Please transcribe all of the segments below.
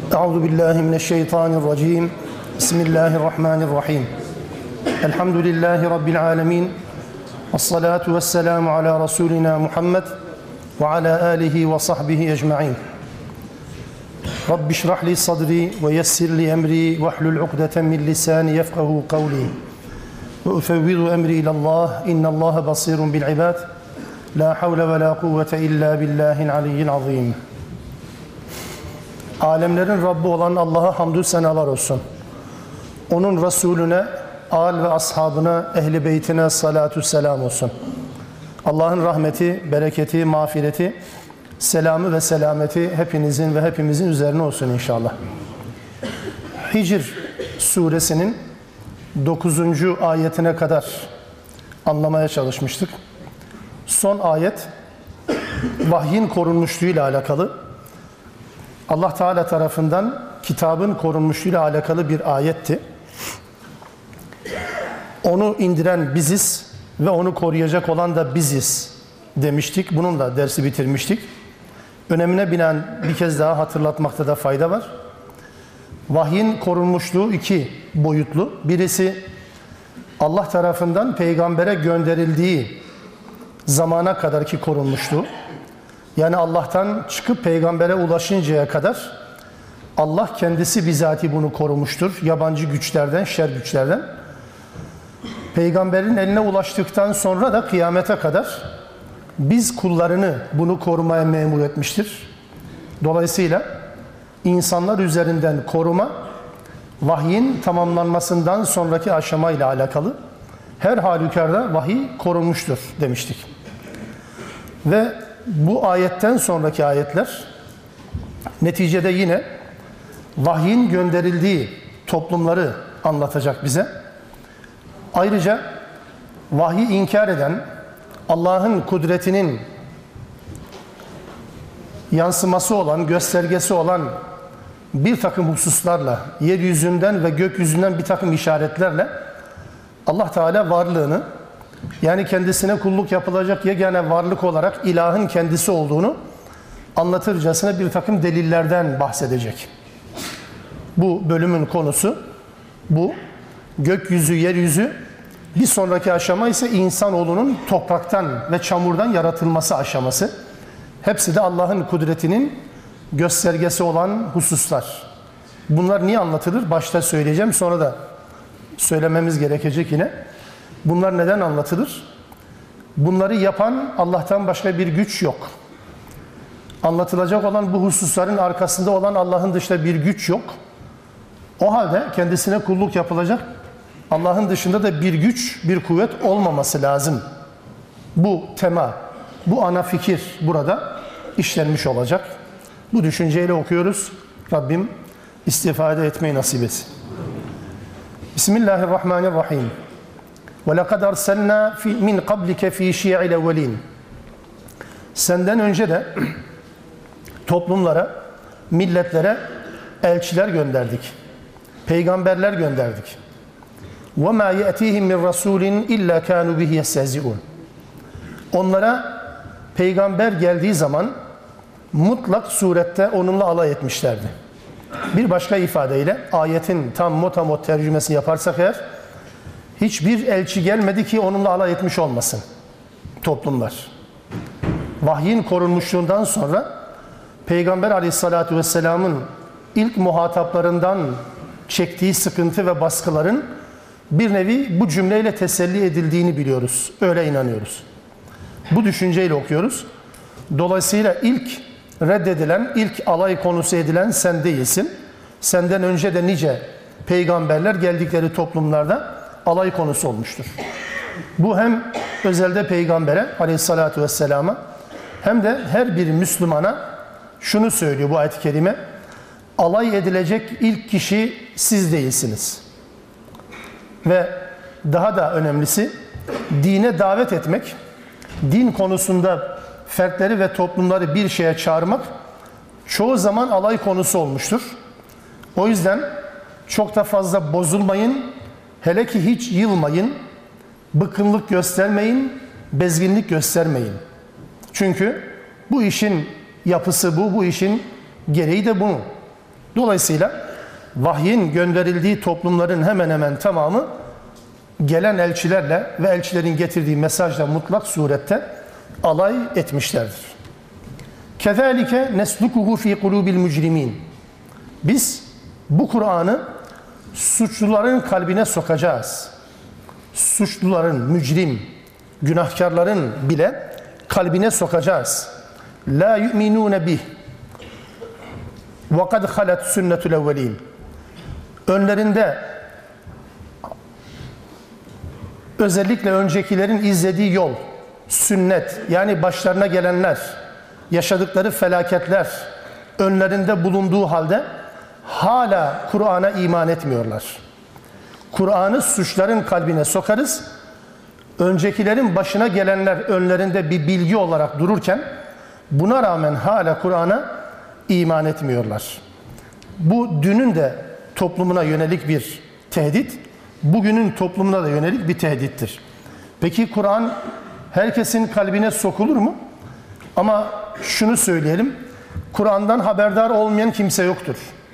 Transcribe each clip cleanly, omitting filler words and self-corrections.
Euzu billahi mineşşeytanirracim. Bismillahirrahmanirrahim. Elhamdülillahi rabbil alamin. Vessalatu vesselamu ala rasulina Muhammed ve ala alihi ve sahbihi ecmaîn. Rabbi şrah li sadri ve yessir li emri ve hlul ukdeten min lisani yefkahu kavli. Ve ufevvidu emri ilallah. İnnallâhe basîrun bil ibad. La havle ve la kuvvete illa billahil aliyyil azîm. Alemlerin Rabbi olan Allah'a hamdü senalar olsun. Onun Resulüne, âl ve ashabına, ehli beytine salatü selam olsun. Allah'ın rahmeti, bereketi, mağfireti, selamı ve selameti hepinizin ve hepimizin üzerine olsun inşallah. Hicr suresinin 9. ayetine kadar anlamaya çalışmıştık. Son ayet vahyin korunmuşluğuyla alakalı. Allah Teala tarafından kitabın korunmuşluğuyla alakalı bir ayetti. Onu indiren biziz ve onu koruyacak olan da biziz demiştik. Bunun da dersi bitirmiştik. Önemine binen bir kez daha hatırlatmakta da fayda var. Vahyin korunmuşluğu iki boyutlu. Birisi Allah tarafından peygambere gönderildiği zamana kadarki korunmuşluğu. Yani Allah'tan çıkıp peygambere ulaşıncaya kadar Allah kendisi bizatihi bunu korumuştur. Yabancı güçlerden, şer güçlerden. Peygamberin eline ulaştıktan sonra da kıyamete kadar biz kullarını bunu korumaya memur etmiştir. Dolayısıyla insanlar üzerinden koruma, vahyin tamamlanmasından sonraki aşamayla alakalı. Her halükarda vahiy korunmuştur demiştik. Ve bu ayetten sonraki ayetler neticede yine vahyin gönderildiği toplumları anlatacak bize. Ayrıca vahyi inkar eden, Allah'ın kudretinin yansıması olan, göstergesi olan bir takım hususlarla, yeryüzünden ve gökyüzünden bir takım işaretlerle Allah Teala varlığını, yani kendisine kulluk yapılacak yegane varlık olarak ilahın kendisi olduğunu anlatırcasına bir takım delillerden bahsedecek. Bu bölümün konusu bu. Gökyüzü, yeryüzü. Bir sonraki aşama ise insanoğlunun topraktan ve çamurdan yaratılması aşaması. Hepsi de Allah'ın kudretinin göstergesi olan hususlar. Bunlar niye anlatılır? Başta söyleyeceğim, sonra da söylememiz gerekecek yine. Bunlar neden anlatılır? Bunları yapan Allah'tan başka bir güç yok. Anlatılacak olan bu hususların arkasında olan Allah'ın dışında bir güç yok. O halde kendisine kulluk yapılacak Allah'ın dışında da bir güç, bir kuvvet olmaması lazım. Bu tema, bu ana fikir burada işlenmiş olacak. Bu düşünceyle okuyoruz. Rabbim istifade etmeyi nasip etsin. Bismillahirrahmanirrahim. وَلَقَدْ أَرْسَلْنَا مِنْ قَبْلِكَ ف۪ي شِيَعِ الْاَوَّلِينَ. Senden önce de toplumlara, milletlere elçiler gönderdik. Peygamberler gönderdik. وَمَا يَأْتِيهِمْ مِنْ رَسُولٍ اِلَّا كَانُوا بِهِ يَسْتَهْزِئُونَ. Onlara peygamber geldiği zaman mutlak surette onunla alay etmişlerdi. Bir başka ifadeyle ayetin tam motamot tercümesini yaparsak eğer, hiçbir elçi gelmedi ki onunla alay etmiş olmasın toplumlar. Vahyin korunmuşluğundan sonra Peygamber Aleyhisselatü Vesselam'ın ilk muhataplarından çektiği sıkıntı ve baskıların bir nevi bu cümleyle teselli edildiğini biliyoruz. Öyle inanıyoruz. Bu düşünceyle okuyoruz. Dolayısıyla ilk reddedilen, ilk alay konusu edilen sen değilsin. Senden önce de nice peygamberler geldikleri toplumlarda alay konusu olmuştur. Bu hem özelde peygambere Aleyhisselatü Vesselam'a hem de her bir Müslümana şunu söylüyor bu ayet-i kerime: alay edilecek ilk kişi siz değilsiniz. Ve daha da önemlisi, dine davet etmek, din konusunda fertleri ve toplumları bir şeye çağırmak çoğu zaman alay konusu olmuştur. O yüzden çok da fazla bozulmayın, hele ki hiç yılmayın, bıkkınlık göstermeyin, bezginlik göstermeyin. Çünkü bu işin yapısı bu işin gereği de bu. Dolayısıyla vahyin gönderildiği toplumların hemen hemen tamamı gelen elçilerle ve elçilerin getirdiği mesajla mutlak surette alay etmişlerdir. Kezalike neslukuhu fi kulubil mücrimin. Biz bu Kur'an'ı suçluların kalbine sokacağız. Suçluların, mücrim, günahkarların bile kalbine sokacağız. La yu'minune bih. Ve kad halet sünnetul evvelin. Önlerinde özellikle öncekilerin izlediği yol, sünnet, yani başlarına gelenler, yaşadıkları felaketler önlerinde bulunduğu halde hala Kur'an'a iman etmiyorlar. Kur'an'ı suçların kalbine sokarız. Öncekilerin başına gelenler önlerinde bir bilgi olarak dururken buna rağmen hala Kur'an'a iman etmiyorlar. Bu dünün de toplumuna yönelik bir tehdit, bugünün toplumuna da yönelik bir tehdittir. Peki Kur'an herkesin kalbine sokulur mu? Ama şunu söyleyelim, Kur'an'dan haberdar olmayan kimse yoktur.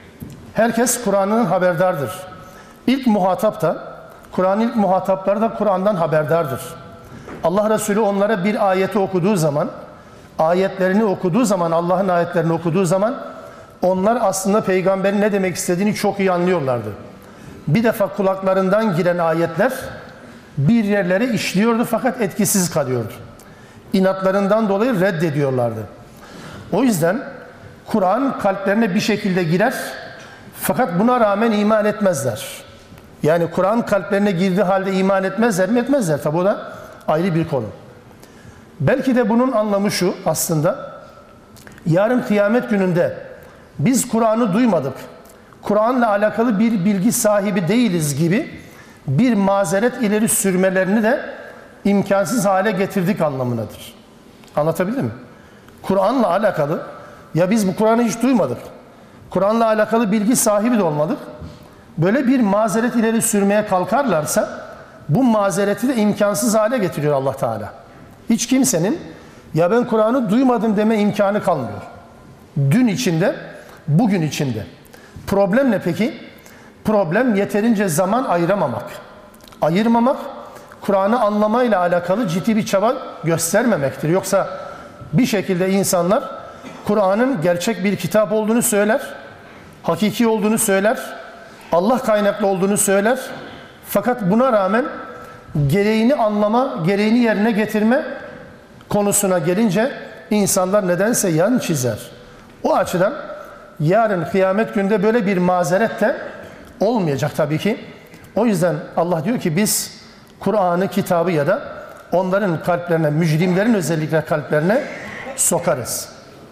Herkes Kur'an'ın haberdardır. İlk muhatap da, Kur'an'ın ilk muhatapları da Kur'an'dan haberdardır. Allah Resulü onlara bir ayeti okuduğu zaman, ayetlerini okuduğu zaman, Allah'ın ayetlerini okuduğu zaman onlar aslında peygamberin ne demek istediğini çok iyi anlıyorlardı. Bir defa kulaklarından giren ayetler bir yerlere işliyordu fakat etkisiz kalıyordu. İnatlarından dolayı reddediyorlardı. O yüzden Kur'an kalplerine bir şekilde girer fakat buna rağmen iman etmezler. Yani Kur'an kalplerine girdiği halde iman etmezler mi? Etmezler. Tabi o da ayrı bir konu. Belki de bunun anlamı şu aslında. Yarın kıyamet gününde biz Kur'an'ı duymadık, Kur'an'la alakalı bir bilgi sahibi değiliz gibi bir mazeret ileri sürmelerini de imkansız hale getirdik anlamındadır. Anlatabildim mi? Kur'an'la alakalı, ya biz bu Kur'an'ı hiç duymadık, Kur'an'la alakalı bilgi sahibi de olmadık, böyle bir mazeret ileri sürmeye kalkarlarsa bu mazereti de imkansız hale getiriyor Allah Teala. Hiç kimsenin ya ben Kur'an'ı duymadım deme imkanı kalmıyor. Dün içinde, bugün içinde. Problem ne peki? Problem yeterince zaman ayıramamak. Ayırmamak, Kur'an'ı anlamayla alakalı ciddi bir çaba göstermemektir. Yoksa bir şekilde insanlar Kur'an'ın gerçek bir kitap olduğunu söyler, hakiki olduğunu söyler, Allah kaynaklı olduğunu söyler. Fakat buna rağmen gereğini anlama, gereğini yerine getirme konusuna gelince insanlar nedense yan çizer. O açıdan yarın kıyamet günde böyle bir mazeret de olmayacak tabii ki. O yüzden Allah diyor ki biz Kur'an'ı, kitabı ya da onların kalplerine, mücrimlerin özellikle kalplerine sokarız.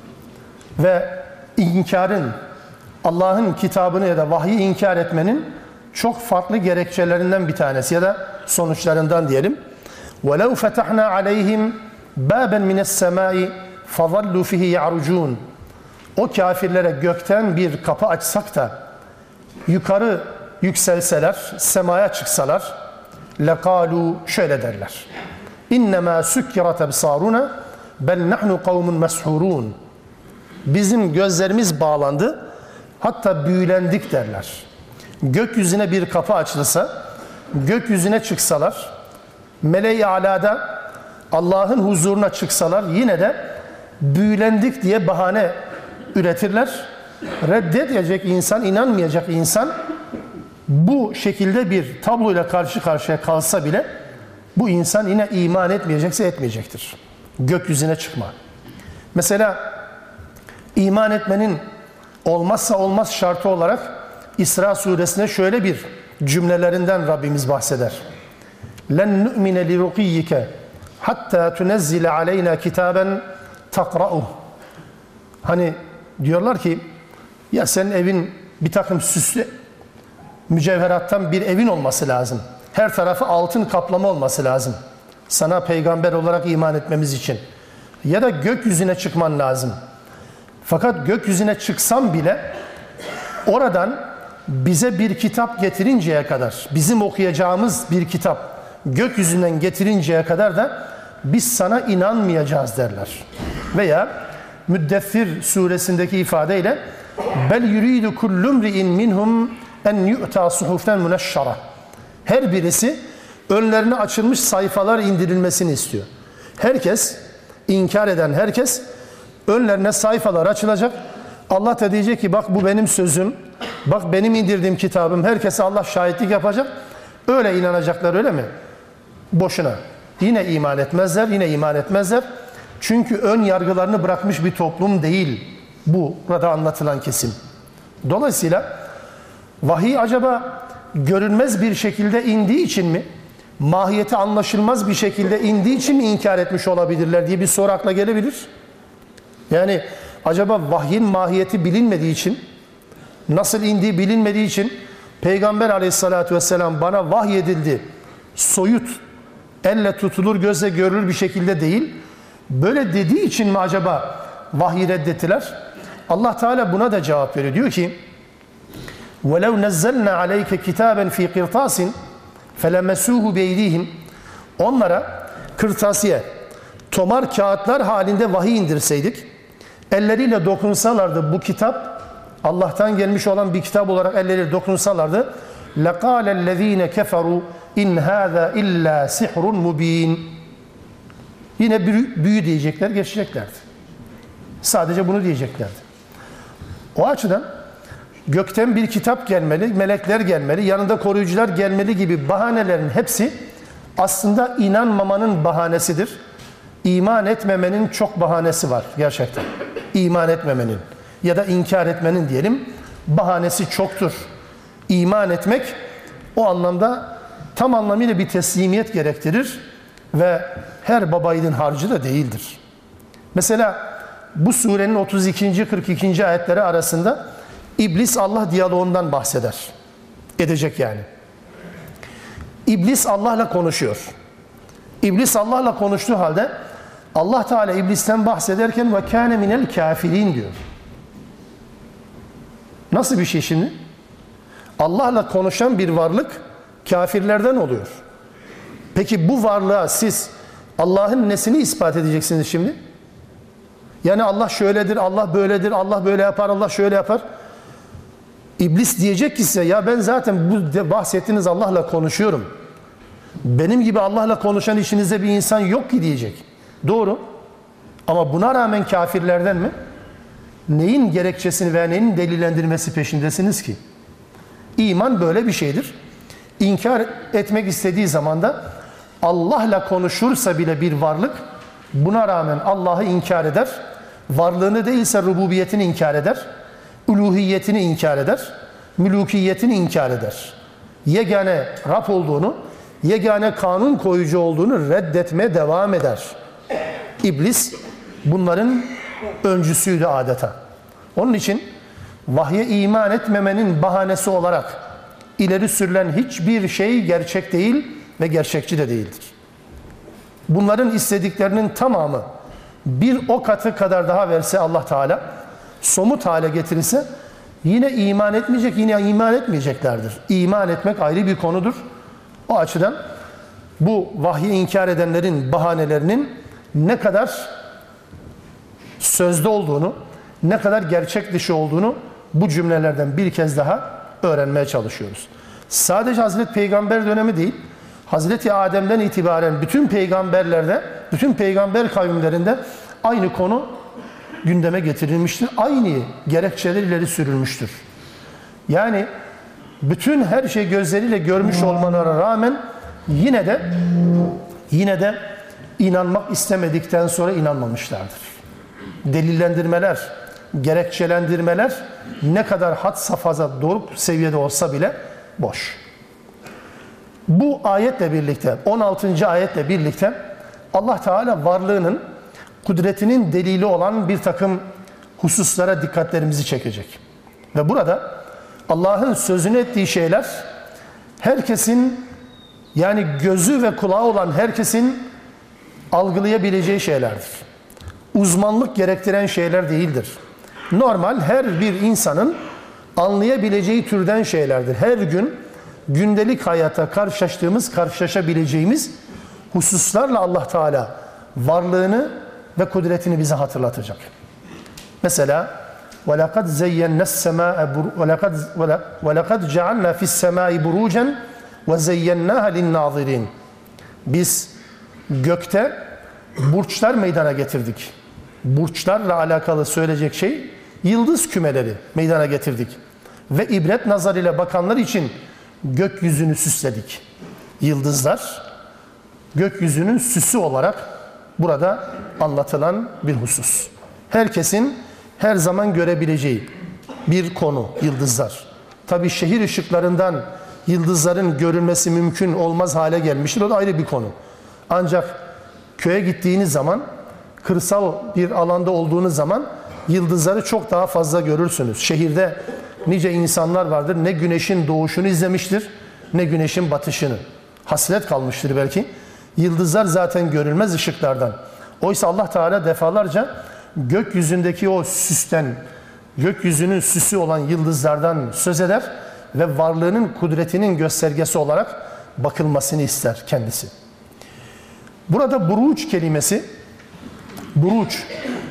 Ve inkarın, Allah'ın kitabını ya da vahyi inkar etmenin çok farklı gerekçelerinden bir tanesi ya da sonuçlarından diyelim. وَلَوْ فَتَحْنَا عَلَيْهِمْ بَابًا مِنَ السَّمَاءِ فَظَلُّوا فِيهِ يَعْرُجُونَ. O kafirlere gökten bir kapı açsak da yukarı yükselseler, semaya çıksalar, لَقَالُوا şöyle derler. اِنَّمَا سُكِّرَتْ اَبْصَارُنَا بَلْ نَحْنُ قَوْمٌ مَسْحُورُونَ. Bizim gözlerimiz bağlandı, hatta büyülendik derler. Gökyüzüne bir kapı açılsa, gökyüzüne çıksalar, meleği alada Allah'ın huzuruna çıksalar yine de büyülendik diye bahane üretirler. Reddedecek insan, inanmayacak insan bu şekilde bir tabloyla karşı karşıya kalsa bile bu insan yine iman etmeyecekse etmeyecektir. Gökyüzüne çıkma. Mesela iman etmenin olmazsa olmaz şartı olarak İsra suresinde şöyle bir cümlelerinden Rabbimiz bahseder. لَنْ نُؤْمِنَ لِرُقِيِّكَ hatta tunezzile aleyna kitaben takra'uh. Hani diyorlar ki ya senin evin bir takım süslü mücevherattan bir evin olması lazım. Her tarafı altın kaplama olması lazım. Sana peygamber olarak iman etmemiz için. Ya da gökyüzüne çıkman lazım. Fakat gökyüzüne çıksam bile oradan bize bir kitap getirinceye kadar, bizim okuyacağımız bir kitap gökyüzünden getirinceye kadar da biz sana inanmayacağız derler. Veya Müddessir suresindeki ifadeyle Bel yuridu kullu imri'in minhum en yu'ta suhufen muneşşara. Her birisi önlerine açılmış sayfalar indirilmesini istiyor. Herkes, inkar eden herkes önlerine sayfalar açılacak. Allah da diyecek ki bak bu benim sözüm, bak benim indirdiğim kitabım. Herkese Allah şahitlik yapacak. Öyle inanacaklar, öyle mi? Boşuna. Yine iman etmezler, yine iman etmezler. Çünkü ön yargılarını bırakmış bir toplum değil bu burada anlatılan kesim. Dolayısıyla vahiy acaba görünmez bir şekilde indiği için mi, mahiyeti anlaşılmaz bir şekilde indiği için mi inkar etmiş olabilirler diye bir soru akla gelebilir. Yani acaba vahyin mahiyeti bilinmediği için, nasıl indiği bilinmediği için Peygamber aleyhissalatü vesselam bana vahyedildi, soyut, elle tutulur, gözle görülür bir şekilde değil, böyle dediği için mi acaba vahyi reddettiler? Allah Teala buna da cevap veriyor. Diyor ki وَلَوْ نَزَّلْنَا عَلَيْكَ كِتَابًا ف۪ي قِرْطَاسٍ فَلَمَسُوهُ بَيْد۪يهِمْ. Onlara kırtasiye, tomar kağıtlar halinde vahiy indirseydik, elleriyle dokunsalardı bu kitap, Allah'tan gelmiş olan bir kitap olarak elleriyle dokunsalardı, لَقَالَ الَّذ۪ينَ كَفَرُوا اِنْ هَذَا اِلَّا سِحْرٌ مُب۪ينٌ. Yine büyü diyecekler, geçeceklerdi. Sadece bunu diyeceklerdi. O açıdan gökten bir kitap gelmeli, melekler gelmeli, yanında koruyucular gelmeli gibi bahanelerin hepsi aslında inanmamanın bahanesidir. İman etmemenin çok bahanesi var gerçekten. İman etmemenin ya da inkar etmenin diyelim bahanesi çoktur. İman etmek o anlamda tam anlamıyla bir teslimiyet gerektirir ve her babayiğidin harcı da değildir. Mesela bu surenin 32. 42. ayetleri arasında İblis Allah diyaloğundan bahseder. Edecek yani. İblis Allah'la konuşuyor. İblis Allah'la konuştuğu halde Allah Teala İblis'ten bahsederken ve kâne minel kâfirin diyor. Nasıl bir şey şimdi? Allah'la konuşan bir varlık kafirlerden oluyor. Peki bu varlığa siz Allah'ın nesini ispat edeceksiniz şimdi? Yani Allah şöyledir, Allah böyledir, Allah böyle yapar, Allah şöyle yapar. İblis diyecek ki size ya ben zaten bu bahsettiğiniz Allah'la konuşuyorum. Benim gibi Allah'la konuşan içinizde bir insan yok ki diyecek. Doğru. Ama buna rağmen kafirlerden mi? Neyin gerekçesini veya neyin delillendirmesi peşindesiniz ki? İman böyle bir şeydir. İnkar etmek istediği zaman da Allah'la konuşursa bile bir varlık buna rağmen Allah'ı inkar eder. Varlığını değilse rububiyetini inkar eder. Uluhiyetini inkar eder. Mülukiyetini inkar eder. Yegane Rab olduğunu, yegane kanun koyucu olduğunu reddetmeye devam eder. İblis bunların öncüsüydü adeta. Onun için vahye iman etmemenin bahanesi olarak ileri sürülen hiçbir şey gerçek değil ve gerçekçi de değildir. Bunların istediklerinin tamamı bir o katı kadar daha verse Allah Teala, somut hale getirirse yine iman etmeyecek, yine iman etmeyeceklerdir. İman etmek ayrı bir konudur. O açıdan bu vahyi inkar edenlerin bahanelerinin ne kadar sözde olduğunu, ne kadar gerçek dışı olduğunu bu cümlelerden bir kez daha öğrenmeye çalışıyoruz. Sadece Hazreti Peygamber dönemi değil, Hazreti Adem'den itibaren bütün peygamberlerde, bütün peygamber kavimlerinde aynı konu gündeme getirilmiştir. Aynı gerekçeler ileri sürülmüştür. Yani bütün her şey gözleriyle görmüş olmalarına rağmen yine de inanmak istemedikten sonra inanmamışlardır. Delillendirmeler, gerekçelendirmeler ne kadar had safhada doğru seviyede olsa bile boş. Bu ayetle birlikte, 16. ayetle birlikte Allah Teala varlığının, kudretinin delili olan bir takım hususlara dikkatlerimizi çekecek. Ve burada Allah'ın sözünü ettiği şeyler herkesin, yani gözü ve kulağı olan herkesin algılayabileceği şeylerdir. Uzmanlık gerektiren şeyler değildir. Normal her bir insanın anlayabileceği türden şeylerdir. Her gün gündelik hayata karşılaşabileceğimiz hususlarla Allah Teala varlığını ve kudretini bize hatırlatacak. Mesela وَلَقَدْ زَيَّنَّا السَّمَاءَ وَلَقَدْ جَعَلْنَا فِي السَّمَاءِ بُرُوجًا وَزَيَّنَّاهَا لِلنَّاظِرِينَ. Biz gökte burçlar meydana getirdik. Burçlarla alakalı söyleyecek şey, yıldız kümeleri meydana getirdik. Ve ibret nazarıyla bakanlar için gökyüzünü süsledik. Yıldızlar gökyüzünün süsü olarak burada anlatılan bir husus. Herkesin her zaman görebileceği bir konu yıldızlar. Tabii şehir ışıklarından yıldızların görülmesi mümkün olmaz hale gelmiştir. O da ayrı bir konu. Ancak köye gittiğiniz zaman, kırsal bir alanda olduğunuz zaman yıldızları çok daha fazla görürsünüz. Şehirde nice insanlar vardır, ne güneşin doğuşunu izlemiştir, ne güneşin batışını. Hasret kalmıştır belki. Yıldızlar zaten görülmez ışıklardan. Oysa Allah Teala defalarca gökyüzündeki o süsten, gökyüzünün süsü olan yıldızlardan söz eder ve varlığının, kudretinin göstergesi olarak bakılmasını ister kendisi. Burada buruç kelimesi, buruç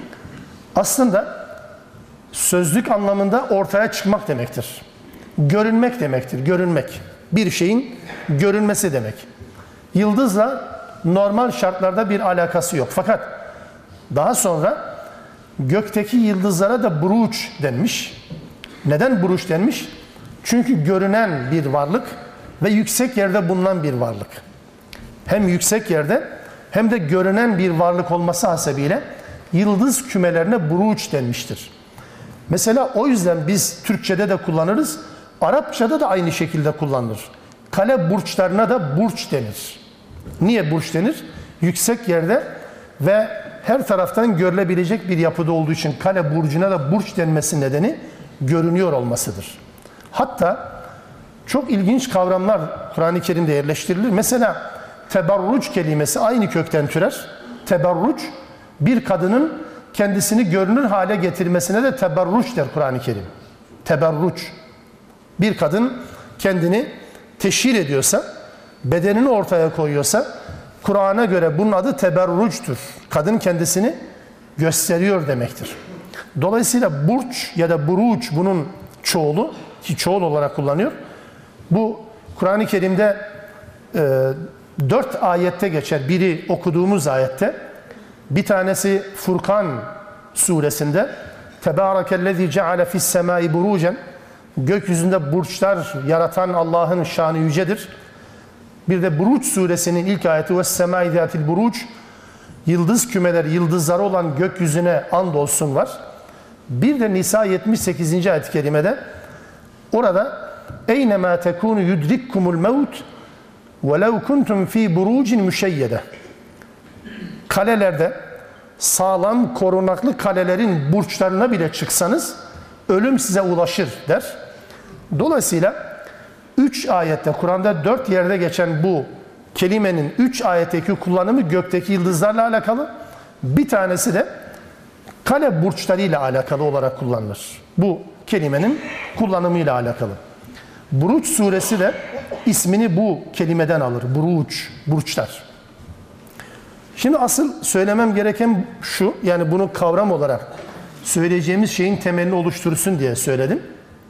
aslında sözlük anlamında ortaya çıkmak demektir. Görünmek demektir, görünmek. Bir şeyin görünmesi demek. Yıldızla normal şartlarda bir alakası yok. Fakat daha sonra gökteki yıldızlara da buruç denmiş. Neden buruç denmiş? Çünkü görünen bir varlık ve yüksek yerde bulunan bir varlık. Hem yüksek yerde hem de görünen bir varlık olması hasebiyle yıldız kümelerine buruç denmiştir. Mesela o yüzden biz Türkçe'de de kullanırız, Arapça'da da aynı şekilde kullanılır. Kale burçlarına da burç denir. Niye burç denir? Yüksek yerde ve her taraftan görülebilecek bir yapıda olduğu için kale burcuna da burç denmesi nedeni görünüyor olmasıdır. Hatta çok ilginç kavramlar Kur'an-ı Kerim'de yerleştirilir. Mesela teberruç kelimesi aynı kökten türer. Teberruç, bir kadının kendisini görünür hale getirmesine de teberruç der Kur'an-ı Kerim. Teberruç. Bir kadın kendini teşhir ediyorsa, bedenini ortaya koyuyorsa, Kur'an'a göre bunun adı teberruçtur. Kadın kendisini gösteriyor demektir. Dolayısıyla burç ya da buruç bunun çoğulu, ki çoğul olarak kullanıyor. Bu Kur'an-ı Kerim'de 4 ayette geçer. Biri okuduğumuz ayette. Bir tanesi Furkan suresinde. Tebârekellezî ceale fissemâi burucen. Gökyüzünde burçlar yaratan Allah'ın şanı yücedir. Bir de Buruç suresinin ilk ayeti vessemâi zâtil buruç. Yıldız kümeleri, yıldızları olan gökyüzüne andolsun var. Bir de Nisa 78. ayet-i kerimede orada eynemâ tekûnü yudrikkumul mevt velev kuntum fî burucin müşeyyede. Kalelerde sağlam, korunaklı kalelerin burçlarına bile çıksanız ölüm size ulaşır der. Dolayısıyla 3 ayette, Kur'an'da 4 yerde geçen bu kelimenin 3 ayetteki kullanımı gökteki yıldızlarla alakalı. Bir tanesi de kale burçlarıyla alakalı olarak kullanılır. Bu kelimenin kullanımıyla alakalı. Buruç suresi de ismini bu kelimeden alır. Buruç, burçlar. Şimdi asıl söylemem gereken şu, yani bunu kavram olarak söyleyeceğimiz şeyin temelini oluştursun diye söyledim.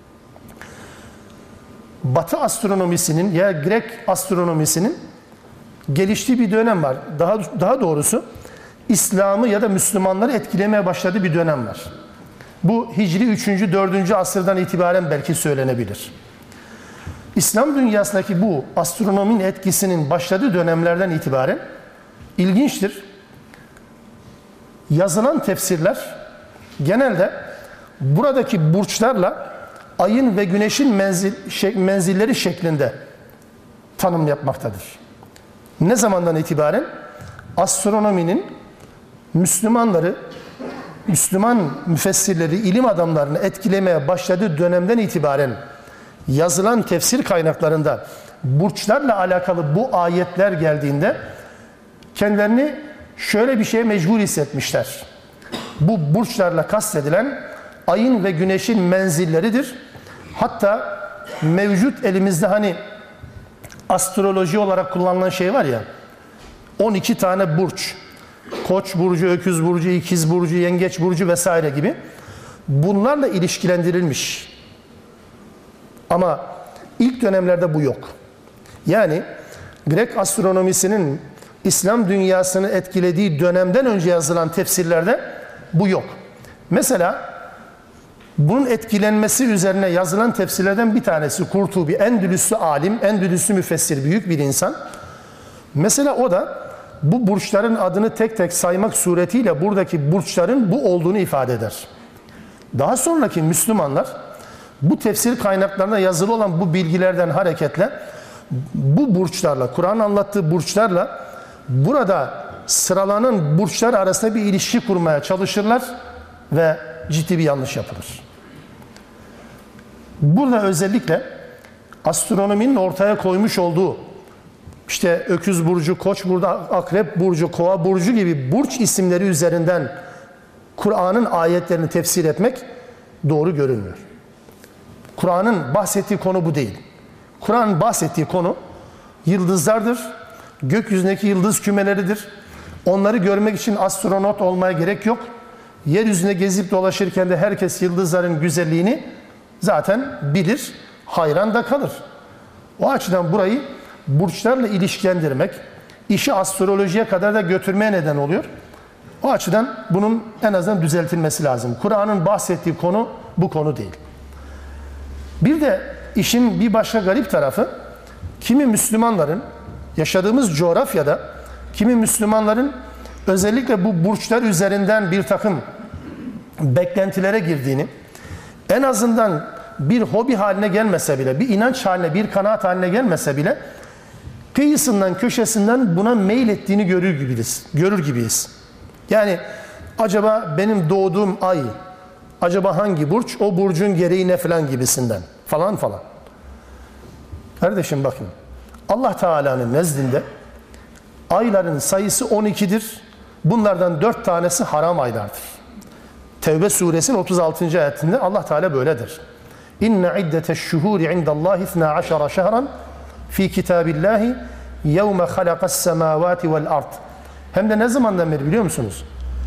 Batı astronomisinin ya Grek astronomisinin geliştiği bir dönem var. Daha doğrusu İslam'ı ya da Müslümanları etkilemeye başladığı bir dönem var. Bu Hicri 3. 4. asırdan itibaren belki söylenebilir. İslam dünyasındaki bu astronominin etkisinin başladığı dönemlerden itibaren ilginçtir. Yazılan tefsirler genelde buradaki burçlarla ayın ve güneşin menzilleri şeklinde tanım yapmaktadır. Ne zamandan itibaren? Astronominin Müslümanları, Müslüman müfessirleri, ilim adamlarını etkilemeye başladığı dönemden itibaren yazılan tefsir kaynaklarında burçlarla alakalı bu ayetler geldiğinde kendilerini şöyle bir şeye mecbur hissetmişler. Bu burçlarla kastedilen ayın ve güneşin menzilleridir. Hatta mevcut elimizde hani astroloji olarak kullanılan şey var ya, 12 tane burç. Koç burcu, öküz burcu, ikiz burcu, yengeç burcu vesaire gibi. bunlarla ilişkilendirilmiş. Ama ilk dönemlerde bu yok. Yani Grek astronomisinin İslam dünyasını etkilediği dönemden önce yazılan tefsirlerde bu yok. Mesela bunun etkilenmesi üzerine yazılan tefsirlerden bir tanesi Kurtubi, Endülüslü alim, Endülüslü müfessir, büyük bir insan. Mesela o da bu burçların adını tek tek saymak suretiyle buradaki burçların bu olduğunu ifade eder. Daha sonraki Müslümanlar bu tefsir kaynaklarında yazılı olan bu bilgilerden hareketle bu burçlarla, Kur'an'ın anlattığı burçlarla burada sıralanan burçlar arasında bir ilişki kurmaya çalışırlar ve ciddi bir yanlış yapılır. Burada özellikle astronominin ortaya koymuş olduğu işte Öküz burcu, Koç burcu, Akrep burcu, Kova burcu gibi burç isimleri üzerinden Kur'an'ın ayetlerini tefsir etmek doğru görünmüyor. Kur'an'ın bahsettiği konu bu değil. Kur'an'ın bahsettiği konu yıldızlardır, gökyüzündeki yıldız kümeleridir. Onları görmek için astronot olmaya gerek yok. Yeryüzüne gezip dolaşırken de herkes yıldızların güzelliğini zaten bilir, hayran da kalır. O açıdan burayı burçlarla ilişkilendirmek, işi astrolojiye kadar da götürmeye neden oluyor. O açıdan bunun en azından düzeltilmesi lazım. Kur'an'ın bahsettiği konu bu konu değil. Bir de işin bir başka garip tarafı, kimi Müslümanların yaşadığımız coğrafyada, kimi Müslümanların özellikle bu burçlar üzerinden bir takım beklentilere girdiğini, en azından bir hobi haline gelmese bile, bir inanç haline, bir kanaat haline gelmese bile kıyısından, köşesinden buna meyil ettiğini görür gibiyiz. Yani acaba benim doğduğum ay, acaba hangi burç, o burcun gereği ne falan gibisinden falan falan. Kardeşim bakın, Allah Teala'nın nezdinde ayların sayısı 12'dir. Bunlardan 4 tanesi haram aylardır. Tevbe suresinin 36. ayetinde Allah Teala böyledir. İnne iddete'ş-şuhuri indallahi 12 şehran fi kitabillahi yevme halakas semavati vel ard. Hem de ne zamandan beri biliyor musunuz?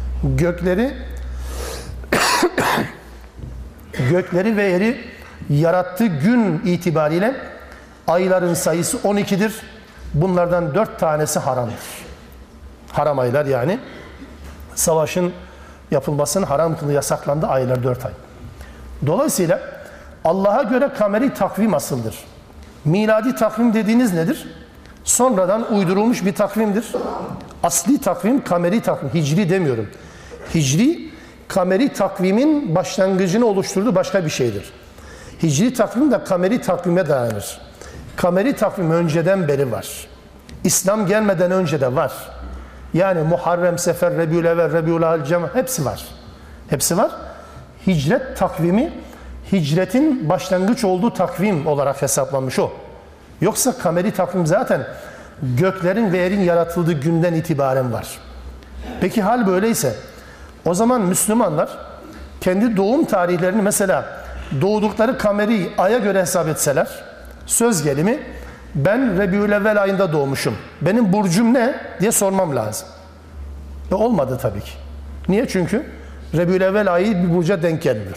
Gökleri ve yeri yarattığı gün itibariyle ayların sayısı 12'dir. Bunlardan 4 tanesi haramdır. Haram aylar yani. Savaşın yapılmasının haram kılı yasaklandı aylar 4 ay. Dolayısıyla Allah'a göre kameri takvim asıldır. Miladi takvim dediğiniz nedir? Sonradan uydurulmuş bir takvimdir. Asli takvim kameri takvim. Hicri demiyorum. Hicri kameri takvimin başlangıcını oluşturduğu başka bir şeydir. Hicri takvim de kameri takvime dayanır. Kameri takvim önceden beri var. İslam gelmeden önce de var. Yani Muharrem, Sefer, Rebiülevvel, Rebiülahil, Cem hepsi var. Hepsi var. Hicret takvimi hicretin başlangıç olduğu takvim olarak hesaplanmış o. Yoksa kameri takvim zaten göklerin ve yerin yaratıldığı günden itibaren var. Peki hal böyleyse o zaman Müslümanlar kendi doğum tarihlerini mesela doğdukları kameri aya göre hesap etseler, söz gelimi ben Rebiülevvel ayında doğmuşum. Benim burcum ne diye sormam lazım. Olmadı tabii ki. Niye? Çünkü Rebiülevvel ayı bir burca denk gelmiyor.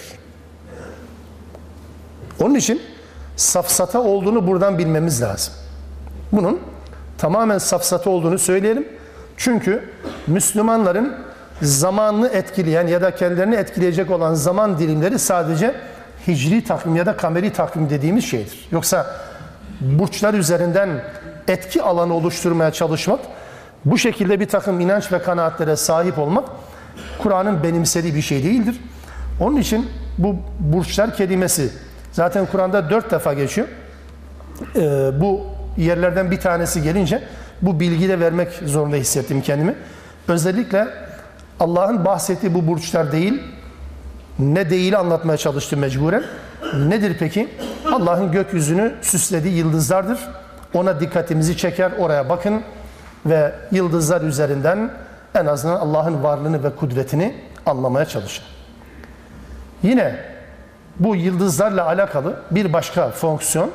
Onun için safsata olduğunu buradan bilmemiz lazım. Bunun tamamen safsata olduğunu söyleyelim. Çünkü Müslümanların zamanını etkileyen ya da kendilerini etkileyecek olan zaman dilimleri sadece hicri takvim ya da kameri takvim dediğimiz şeydir. Yoksa burçlar üzerinden etki alanı oluşturmaya çalışmak, bu şekilde bir takım inanç ve kanaatlere sahip olmak Kur'an'ın benimsediği bir şey değildir. Onun için bu burçlar kelimesi zaten Kur'an'da 4 defa geçiyor. Bu yerlerden bir tanesi gelince bu bilgiyi de vermek zorunda hissettim kendimi. Özellikle Allah'ın bahsettiği bu burçlar değil, ne değil anlatmaya çalıştım mecburen. Nedir peki? Allah'ın gökyüzünü süslediği yıldızlardır. Ona dikkatimizi çeker, oraya bakın ve yıldızlar üzerinden en azından Allah'ın varlığını ve kudretini anlamaya çalışın. Yine bu yıldızlarla alakalı bir başka fonksiyon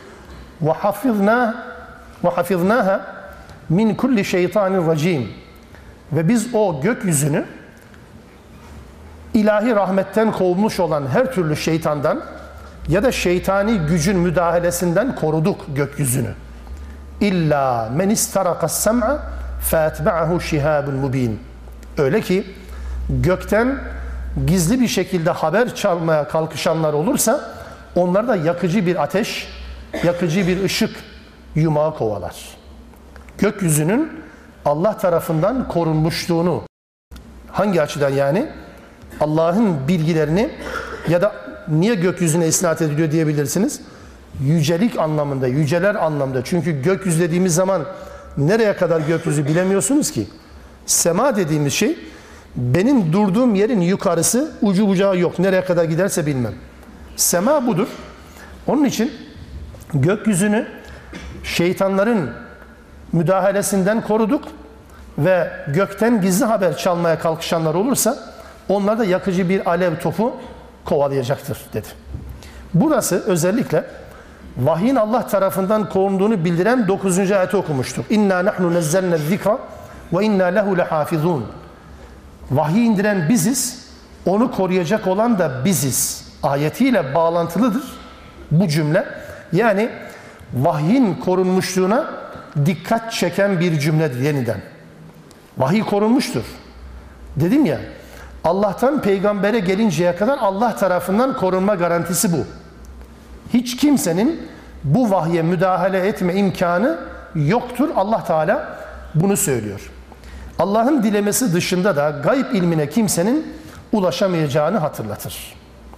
وَحَفِظْنَاهَا مِنْ كُلِّ شَيْطَانٍ رَجِيمٍ ve biz o gökyüzünü ilahi rahmetten kovulmuş olan her türlü şeytandan ya da şeytani gücün müdahalesinden koruduk gökyüzünü. İlla men istarakas sem'a feetba'ahu şihabun mubin. Öyle ki gökten gizli bir şekilde haber çalmaya kalkışanlar olursa onlar da yakıcı bir ateş, yakıcı bir ışık yumağı kovalar. Gökyüzünün Allah tarafından korunmuşluğunu, hangi açıdan yani? Allah'ın bilgilerini ya da niye gökyüzüne isnat ediliyor diyebilirsiniz. Yücelik anlamında, yüceler anlamda. Çünkü gökyüzü dediğimiz zaman nereye kadar gökyüzü bilemiyorsunuz ki. Sema dediğimiz şey benim durduğum yerin yukarısı, ucu bucağı yok. Nereye kadar giderse bilmem. Sema budur. Onun için gökyüzünü şeytanların müdahalesinden koruduk ve gökten gizli haber çalmaya kalkışanlar olursa onlar da yakıcı bir alev topu kovalayacaktır dedi. Burası özellikle vahyin Allah tarafından korunduğunu bildiren 9. ayeti okumuştuk. İnna nahnu nazzalna zikra ve inna lehu lehafizun. Vahyi indiren biziz, onu koruyacak olan da biziz. Ayetiyle bağlantılıdır bu cümle. Yani vahyin korunmuşluğuna dikkat çeken bir cümledir yeniden. Vahiy korunmuştur. Dedim ya, Allah'tan peygambere gelinceye kadar Allah tarafından korunma garantisi bu. Hiç kimsenin bu vahye müdahale etme imkanı yoktur. Allah Teala bunu söylüyor. Allah'ın dilemesi dışında da gayb ilmine kimsenin ulaşamayacağını hatırlatır.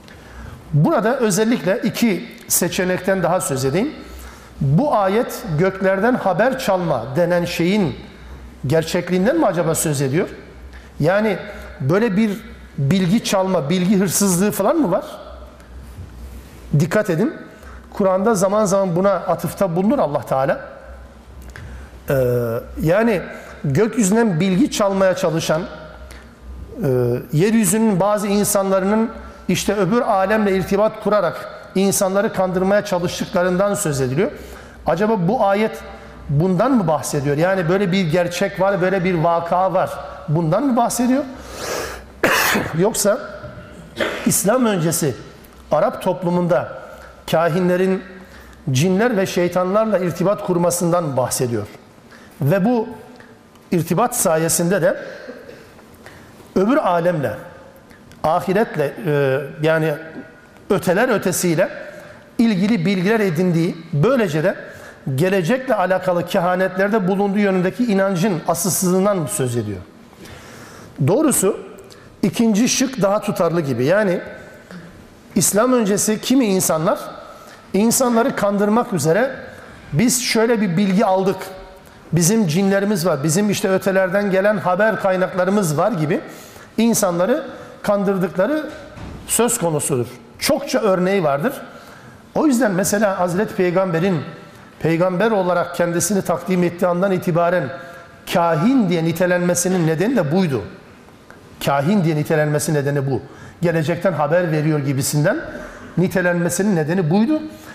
Burada özellikle iki seçenekten daha söz edeyim. Bu ayet göklerden haber çalma denen şeyin gerçekliğinden mi acaba söz ediyor? Yani böyle bir bilgi çalma, bilgi hırsızlığı falan mı var? Dikkat edin. Kur'an'da zaman zaman buna atıfta bulunur Allah Teala. Yani gökyüzünden bilgi çalmaya çalışan, yeryüzünün bazı insanların işte öbür alemle irtibat kurarak insanları kandırmaya çalıştıklarından söz ediliyor. Acaba bu ayet bundan mı bahsediyor? Yani böyle bir gerçek var, böyle bir vaka var. Bundan mı bahsediyor? Yoksa İslam öncesi Arap toplumunda kahinlerin cinler ve şeytanlarla irtibat kurmasından mı bahsediyor? Ve bu irtibat sayesinde de öbür alemle, ahiretle yani öteler ötesiyle ilgili bilgiler edindiği, böylece de gelecekle alakalı kehanetlerde bulunduğu yönündeki inancın asılsızlığından mı söz ediyor? Doğrusu ikinci şık daha tutarlı gibi. Yani İslam öncesi kimi insanlar insanları kandırmak üzere biz şöyle bir bilgi aldık, bizim cinlerimiz var, bizim işte ötelerden gelen haber kaynaklarımız var gibi insanları kandırdıkları söz konusudur. Çokça örneği vardır. O yüzden mesela Hazreti Peygamber'in peygamber olarak kendisini takdim ettiği andan itibaren kahin diye nitelenmesinin nedeni de buydu. Kahin diye nitelenmesi nedeni bu. Gelecekten haber veriyor gibisinden nitelenmesinin nedeni buydu.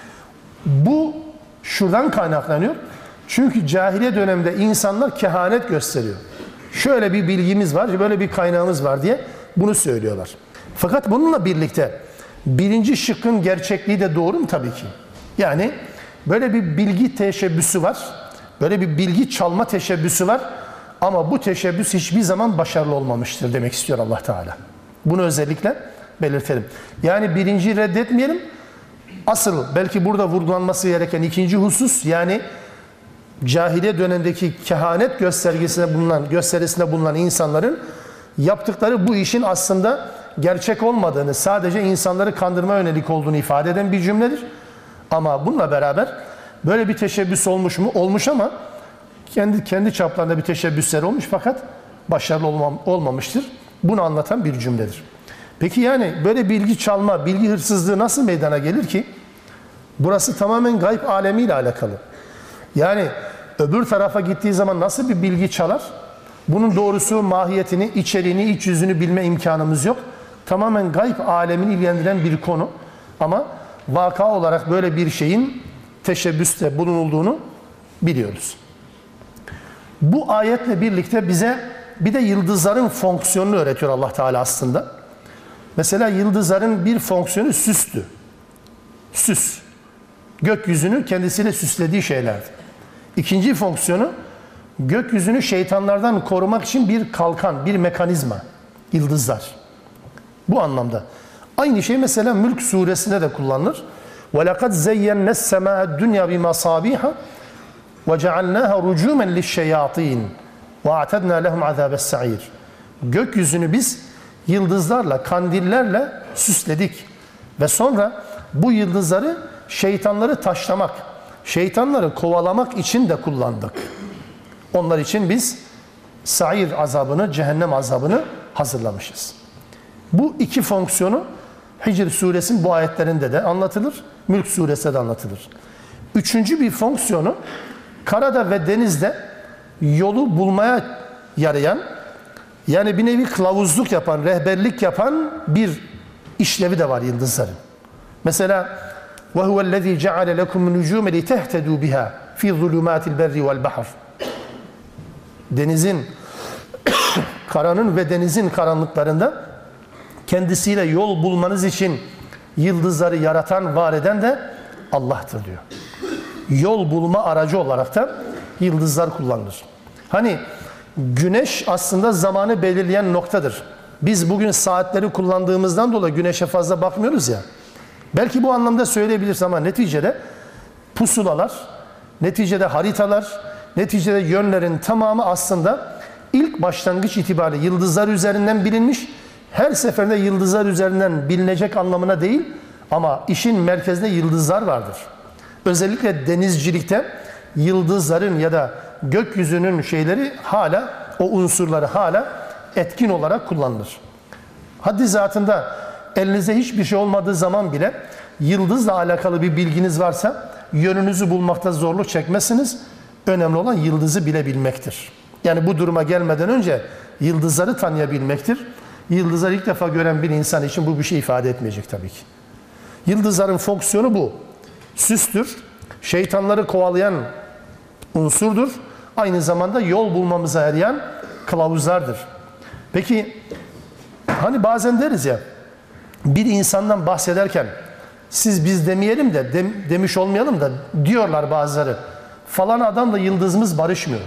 Bu şuradan kaynaklanıyor. Çünkü cahiliye döneminde insanlar kehanet gösteriyor. Şöyle bir bilgimiz var, böyle bir kaynağımız var diye bunu söylüyorlar. Fakat bununla birlikte birinci şıkkın gerçekliği de doğru mu? Tabii ki. Yani böyle bir bilgi teşebbüsü var. Böyle bir bilgi çalma teşebbüsü var. Ama bu teşebbüs hiçbir zaman başarılı olmamıştır demek istiyor Allah Teala. Bunu özellikle belirtelim. Yani birinciyi reddetmeyelim. Asıl belki burada vurgulanması gereken ikinci husus, yani cahiliye dönemindeki kehanet gösterisinde bulunan insanların yaptıkları bu işin aslında gerçek olmadığını, sadece insanları kandırma yönelik olduğunu ifade eden bir cümledir. Ama bununla beraber böyle bir teşebbüs olmuş mu? Olmuş ama kendi çaplarında bir teşebbüsler olmuş fakat başarılı olmamıştır. Bunu anlatan bir cümledir. Peki yani böyle bilgi çalma, bilgi hırsızlığı nasıl meydana gelir ki? Burası tamamen gayb alemiyle alakalı. Yani öbür tarafa gittiği zaman nasıl bir bilgi çalar? Bunun doğrusu mahiyetini, içeriğini, iç yüzünü bilme imkanımız yok. Tamamen gayb alemini ilgilendiren bir konu. Ama vaka olarak böyle bir şeyin teşebbüste bulunulduğunu biliyoruz. Bu ayetle birlikte bize bir de yıldızların fonksiyonunu öğretiyor Allah Teala aslında. Mesela yıldızların bir fonksiyonu süstü. Süs. Gökyüzünü kendisiyle süslediği şeylerdi. İkinci fonksiyonu gökyüzünü şeytanlardan korumak için bir kalkan, bir mekanizma. Yıldızlar. Bu anlamda. Aynı şey mesela Mülk suresinde de kullanılır. وَلَقَدْ زَيَّنَّ السَّمَاءَ الدُّنْيَا بِمَصَابِيحَ وَجَعَلْنَاهَا رُجُومًا لِلشَّيَاطِينَ وَاَعْتَدْنَا لَهُمْ عَذَابَ السَّعِيرِ. Gökyüzünü biz yıldızlarla, kandillerle süsledik. Ve sonra bu yıldızları şeytanları taşlamak, şeytanları kovalamak için de kullandık. Onlar için biz sair azabını, cehennem azabını hazırlamışız. Bu iki fonksiyonu Hicr suresinin bu ayetlerinde de anlatılır, Mülk suresinde de anlatılır. Üçüncü bir fonksiyonu karada ve denizde yolu bulmaya yarayan, yani bir nevi kılavuzluk yapan, rehberlik yapan bir işlevi de var yıldızların. Mesela وَهُوَ الَّذ۪ي جَعَلَ لَكُمْ نُجُومَ لِتَهْتَدُوا بِهَا فِي ظُلُمَاتِ الْبَرِّ وَالْبَحْرِ. Denizin, karanın ve denizin karanlıklarında kendisiyle yol bulmanız için yıldızları yaratan, var eden de Allah'tır diyor. Yol bulma aracı olarak da yıldızlar kullanılır. Hani güneş aslında zamanı belirleyen noktadır. Biz bugün saatleri kullandığımızdan dolayı güneşe fazla bakmıyoruz ya. Belki bu anlamda söyleyebiliriz ama neticede pusulalar, neticede haritalar, neticede yönlerin tamamı aslında ilk başlangıç itibariyle yıldızlar üzerinden bilinmiş. Her seferinde yıldızlar üzerinden bilinecek anlamına değil ama işin merkezinde yıldızlar vardır. Özellikle denizcilikte yıldızların ya da gökyüzünün şeyleri hala, o unsurları hala etkin olarak kullanılır. Haddi zatında elinizde hiçbir şey olmadığı zaman bile yıldızla alakalı bir bilginiz varsa yönünüzü bulmakta zorluk çekmezsiniz. Önemli olan yıldızı bilebilmektir. Yani bu duruma gelmeden önce yıldızları tanıyabilmektir. Yıldızları ilk defa gören bir insan için bu bir şey ifade etmeyecek tabii ki. Yıldızların fonksiyonu bu. Süstür, şeytanları kovalayan unsurdur. Aynı zamanda yol bulmamıza yarayan kılavuzlardır. Peki hani bazen deriz ya, bir insandan bahsederken siz biz demeyelim de demiş olmayalım da diyorlar bazıları. Falan adamla yıldızımız barışmıyor.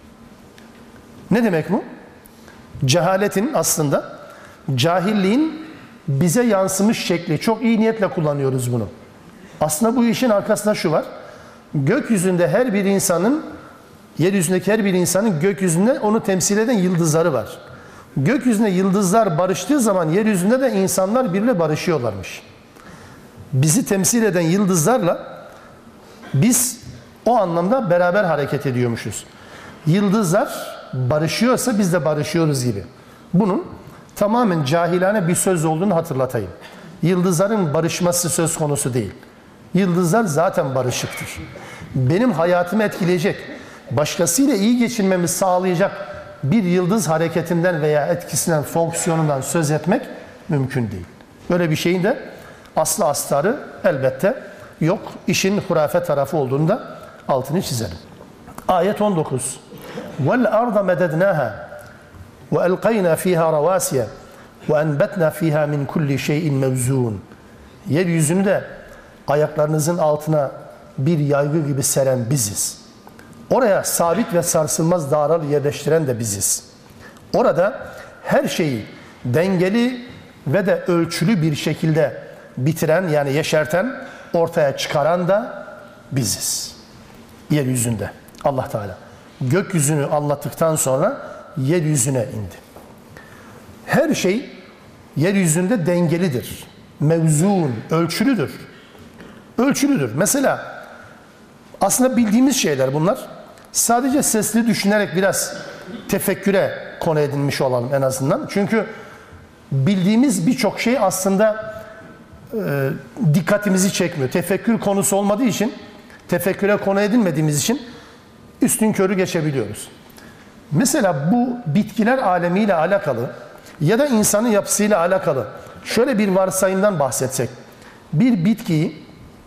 Ne demek bu? Cehaletin aslında, cahilliğin bize yansımış şekli. Çok iyi niyetle kullanıyoruz bunu. Aslında bu işin arkasında şu var. Gökyüzünde her bir insanın, yeryüzündeki her bir insanın gökyüzünde onu temsil eden yıldızları var. Gökyüzünde yıldızlar barıştığı zaman yeryüzünde de insanlar birbirine barışıyorlarmış. Bizi temsil eden yıldızlarla biz o anlamda beraber hareket ediyormuşuz. Yıldızlar barışıyorsa biz de barışıyoruz gibi. Bunun tamamen cahilane bir söz olduğunu hatırlatayım. Yıldızların barışması söz konusu değil. Yıldızlar zaten barışıktır. Benim hayatımı etkileyecek, başkasıyla iyi geçinmemi sağlayacak bir yıldız hareketinden veya etkisinden, fonksiyonundan söz etmek mümkün değil. Böyle bir şeyin de aslı astarı elbette yok. İşin hurafe tarafı olduğunu da altını çizelim. Ayet 19. وَالْاَرْضَ مَدَدْنَاهَا وَاَلْقَيْنَا ف۪يهَا رَوَاسِيَ وَاَنْبَتْنَا ف۪يهَا مِنْ كُلِّ شَيْءٍ مَوْزُونَ. Yeryüzünü de ayaklarınızın altına bir yaygı gibi seren biziz. Oraya sabit ve sarsılmaz dağlar yerleştiren de biziz. Orada her şeyi dengeli ve de ölçülü bir şekilde bitiren, yani yeşerten, ortaya çıkaran da biziz. Yeryüzünde Allah Teala gökyüzünü anlattıktan sonra yeryüzüne indi. Her şey yeryüzünde dengelidir. Mevzun, ölçülüdür. Ölçülüdür. Mesela aslında bildiğimiz şeyler bunlar. Sadece sesli düşünerek biraz tefekküre konu edinmiş olalım en azından. Çünkü bildiğimiz birçok şey aslında dikkatimizi çekmiyor. Tefekkür konusu olmadığı için, tefekküre konu edinmediğimiz için üstünkörü geçebiliyoruz. Mesela bu bitkiler alemiyle alakalı ya da insanın yapısıyla alakalı şöyle bir varsayımdan bahsetsek. Bir bitkiyi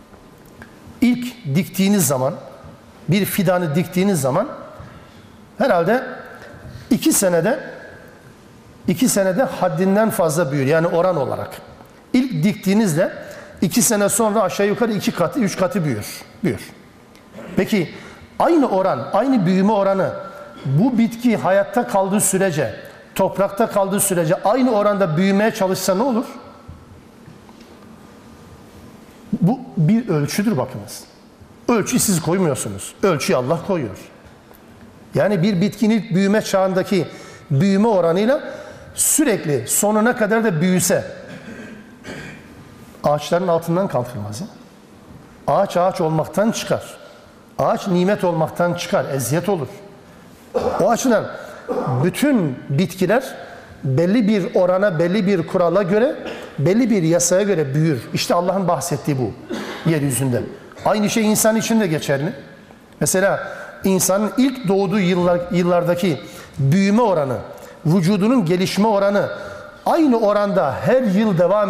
ilk diktiğiniz zaman, bir fidanı diktiğiniz zaman herhalde 2 senede 2 senede haddinden fazla büyür. Yani oran olarak. İlk diktiğinizde 2 sene sonra aşağı yukarı 2 katı, 3 katı büyür. Peki aynı oran, aynı büyüme oranı bu bitki hayatta kaldığı sürece, toprakta kaldığı sürece aynı oranda büyümeye çalışsa ne olur? Bu bir ölçüdür bakınız. Ölçüyü siz koymuyorsunuz. Ölçüyü Allah koyuyor. Yani bir bitkinin ilk büyüme çağındaki büyüme oranıyla sürekli sonuna kadar da büyüse ağaçların altından kalkılmaz ya. Ağaç olmaktan çıkar. Ağaç nimet olmaktan çıkar, eziyet olur. O açıdan bütün bitkiler belli bir orana, belli bir kurala göre, belli bir yasaya göre büyür. İşte Allah'ın bahsettiği bu yeryüzünde. Aynı şey insan için de geçerli. Mesela insanın ilk doğduğu yıllardaki büyüme oranı, vücudunun gelişme oranı aynı oranda her yıl devam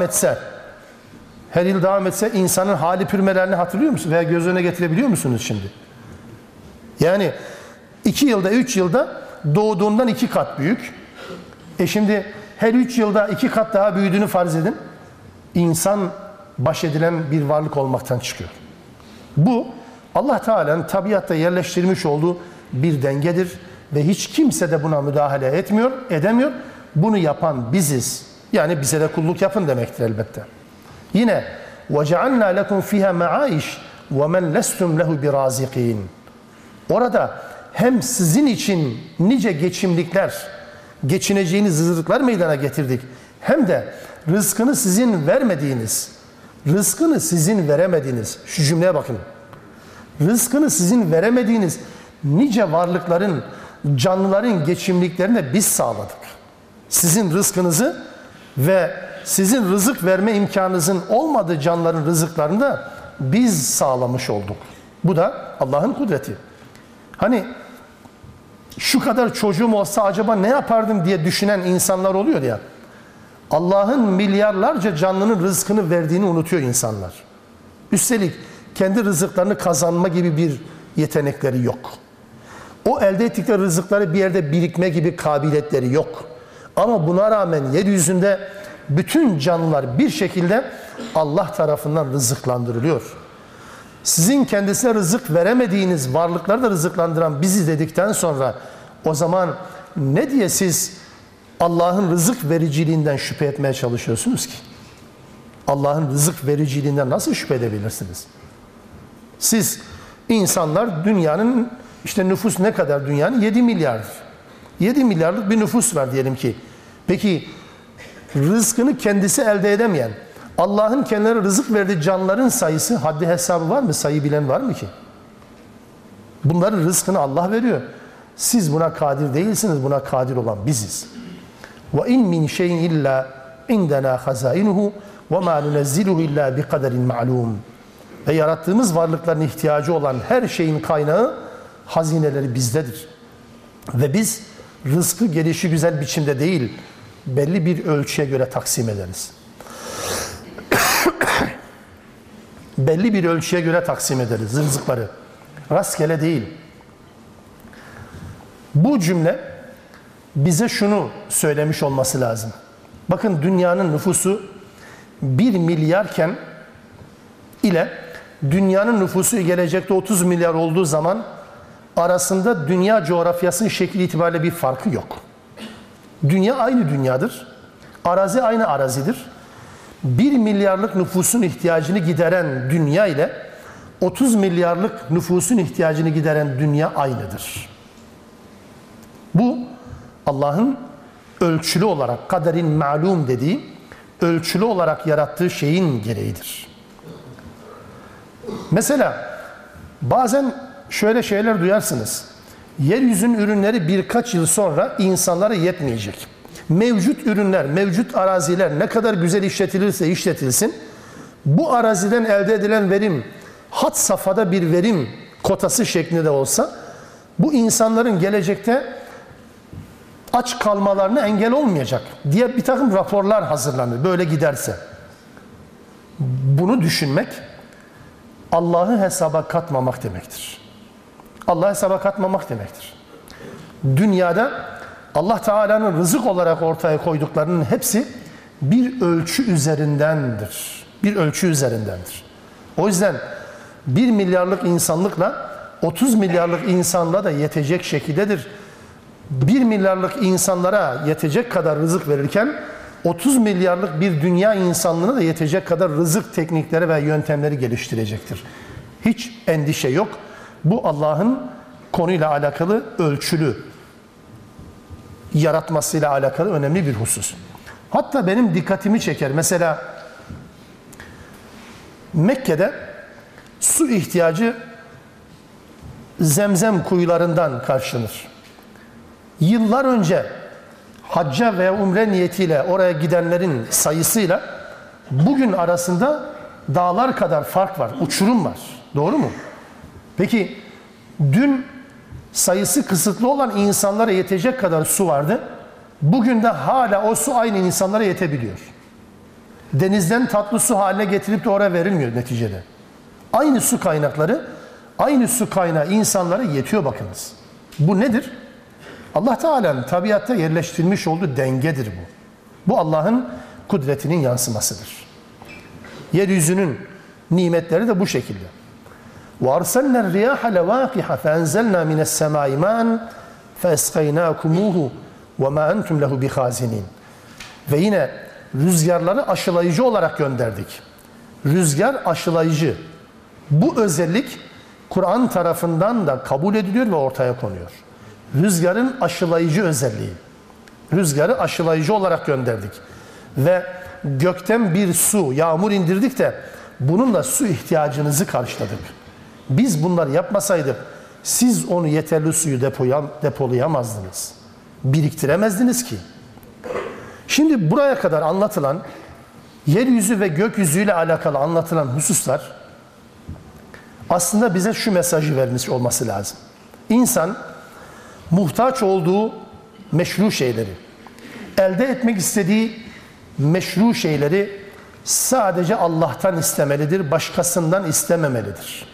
etse insanın hali pürmelerini hatırlıyor musunuz? Veya göz önüne getirebiliyor musunuz şimdi? Yani 2 yılda, 3 yılda doğduğundan 2 kat büyük. Şimdi her 3 yılda 2 kat daha büyüdüğünü farz edin. İnsan baş edilen bir varlık olmaktan çıkıyor. Bu Allah Teala'nın tabiatta yerleştirmiş olduğu bir dengedir ve hiç kimse de buna müdahale edemiyor. Bunu yapan biziz. Yani bize de kulluk yapın demektir elbette. Yine وَجَعَلْنَا لَكُمْ فِيهَا مَعَائِشْ وَمَنْ لَسْتُمْ لَهُ بِرَازِقِينَ. Orada hem sizin için nice geçimlikler, geçineceğiniz rızıklar meydana getirdik. Hem de rızkını sizin veremediğiniz, şu cümleye bakın. Rızkını sizin veremediğiniz nice varlıkların, canlıların geçimliklerini de biz sağladık. Sizin rızkınızı ve sizin rızık verme imkanınızın olmadığı canlıların rızıklarını da biz sağlamış olduk. Bu da Allah'ın kudreti. Hani şu kadar çocuğum olsa acaba ne yapardım diye düşünen insanlar oluyor ya. Allah'ın milyarlarca canlının rızkını verdiğini unutuyor insanlar. Üstelik kendi rızıklarını kazanma gibi bir yetenekleri yok. O elde ettikleri rızıkları bir yerde birikme gibi kabiliyetleri yok. Ama buna rağmen yeryüzünde bütün canlılar bir şekilde Allah tarafından rızıklandırılıyor. Sizin kendisine rızık veremediğiniz varlıkları da rızıklandıran bizi dedikten sonra o zaman ne diye siz Allah'ın rızık vericiliğinden şüphe etmeye çalışıyorsunuz ki? Allah'ın rızık vericiliğinden nasıl şüphe edebilirsiniz? Siz insanlar dünyanın işte nüfus ne kadar dünyanın? 7 milyardır. 7 milyarlık bir nüfus var diyelim ki. Peki rızkını kendisi elde edemeyen, Allah'ın kendilerine rızık verdiği canlıların sayısı, haddi hesabı var mı? Sayı bilen var mı ki? Bunların rızkını Allah veriyor. Siz buna kadir değilsiniz, buna kadir olan biziz. وَاِنْ مِنْ شَيْءٍ اِلَّا اِنْدَنَا خَزَائِنُهُ وَمَا نُنَزِّلُهُ اِلَّا بِقَدَرٍ مَعْلُومٍ. Ve yarattığımız varlıkların ihtiyacı olan her şeyin kaynağı, hazineleri bizdedir. Ve biz rızkı gelişi güzel biçimde değil, belli bir ölçüye göre taksim ederiz. Belli bir ölçüye göre taksim ederiz rızıkları. Rastgele değil. Bu cümle bize şunu söylemiş olması lazım. Bakın dünyanın nüfusu 1 milyarken ile dünyanın nüfusu gelecekte 30 milyar olduğu zaman arasında dünya coğrafyasının şekli itibariyle bir farkı yok. Dünya aynı dünyadır. Arazi aynı arazidir. 1 milyarlık nüfusun ihtiyacını gideren dünya ile 30 milyarlık nüfusun ihtiyacını gideren dünya aynıdır. Bu Allah'ın ölçülü olarak, kaderin ma'lum dediği, ölçülü olarak yarattığı şeyin gereğidir. Mesela bazen şöyle şeyler duyarsınız. Yeryüzünün ürünleri birkaç yıl sonra insanlara yetmeyecek. Mevcut ürünler, mevcut araziler ne kadar güzel işletilirse işletilsin, bu araziden elde edilen verim, had safhada bir verim kotası şeklinde olsa, bu insanların gelecekte aç kalmalarına engel olmayacak diye bir takım raporlar hazırlanır böyle giderse. Bunu düşünmek, Allah'ı hesaba katmamak demektir. Allah'ı hesaba katmamak demektir. Dünyada Allah Teala'nın rızık olarak ortaya koyduklarının hepsi bir ölçü üzerindendir. Bir ölçü üzerindendir. O yüzden 1 milyarlık insanlıkla 30 milyarlık insanla da yetecek şekildedir. 1 milyarlık insanlara yetecek kadar rızık verirken 30 milyarlık bir dünya insanlığına da yetecek kadar rızık teknikleri ve yöntemleri geliştirecektir. Hiç endişe yok. Bu Allah'ın konuyla alakalı ölçülü yaratmasıyla alakalı önemli bir husus. Hatta benim dikkatimi çeker. Mesela Mekke'de su ihtiyacı Zemzem kuyularından karşılanır. Yıllar önce hacca veya umre niyetiyle oraya gidenlerin sayısıyla bugün arasında dağlar kadar fark var, uçurum var. Doğru mu? Peki dün sayısı kısıtlı olan insanlara yetecek kadar su vardı. Bugün de hala o su aynı insanlara yetebiliyor. Denizden tatlı su haline getirip de oraya verilmiyor neticede. Aynı su kaynakları, aynı su kaynağı insanlara yetiyor bakınız. Bu nedir? Allah Teala'nın tabiatta yerleştirmiş olduğu dengedir bu. Bu Allah'ın kudretinin yansımasıdır. Yeryüzünün nimetleri de bu şekilde. وَاَرْسَلْنَا الرِّيَاحَ لَوَاقِحَ فَاَنْزَلْنَا مِنَ السَّمَاءِ مَاءً فَاَسْقَيْنَاكُمُوهُ وَمَا أَنْتُمْ لَهُ بِخَازِنِينَ. Ve yine rüzgarları aşılayıcı olarak gönderdik. Rüzgar aşılayıcı. Bu özellik Kur'an tarafından da kabul ediliyor ve ortaya konuyor. Rüzgarın aşılayıcı özelliği. Rüzgarı aşılayıcı olarak gönderdik. Ve gökten bir su, yağmur indirdik de bununla su ihtiyacınızı karşıladık. Biz bunları yapmasaydık siz onu yeterli suyu depolayamazdınız. Biriktiremezdiniz ki. Şimdi buraya kadar anlatılan yeryüzü ve gökyüzüyle alakalı anlatılan hususlar aslında bize şu mesajı vermiş olması lazım. İnsan muhtaç olduğu meşru şeyleri, elde etmek istediği meşru şeyleri sadece Allah'tan istemelidir, başkasından istememelidir.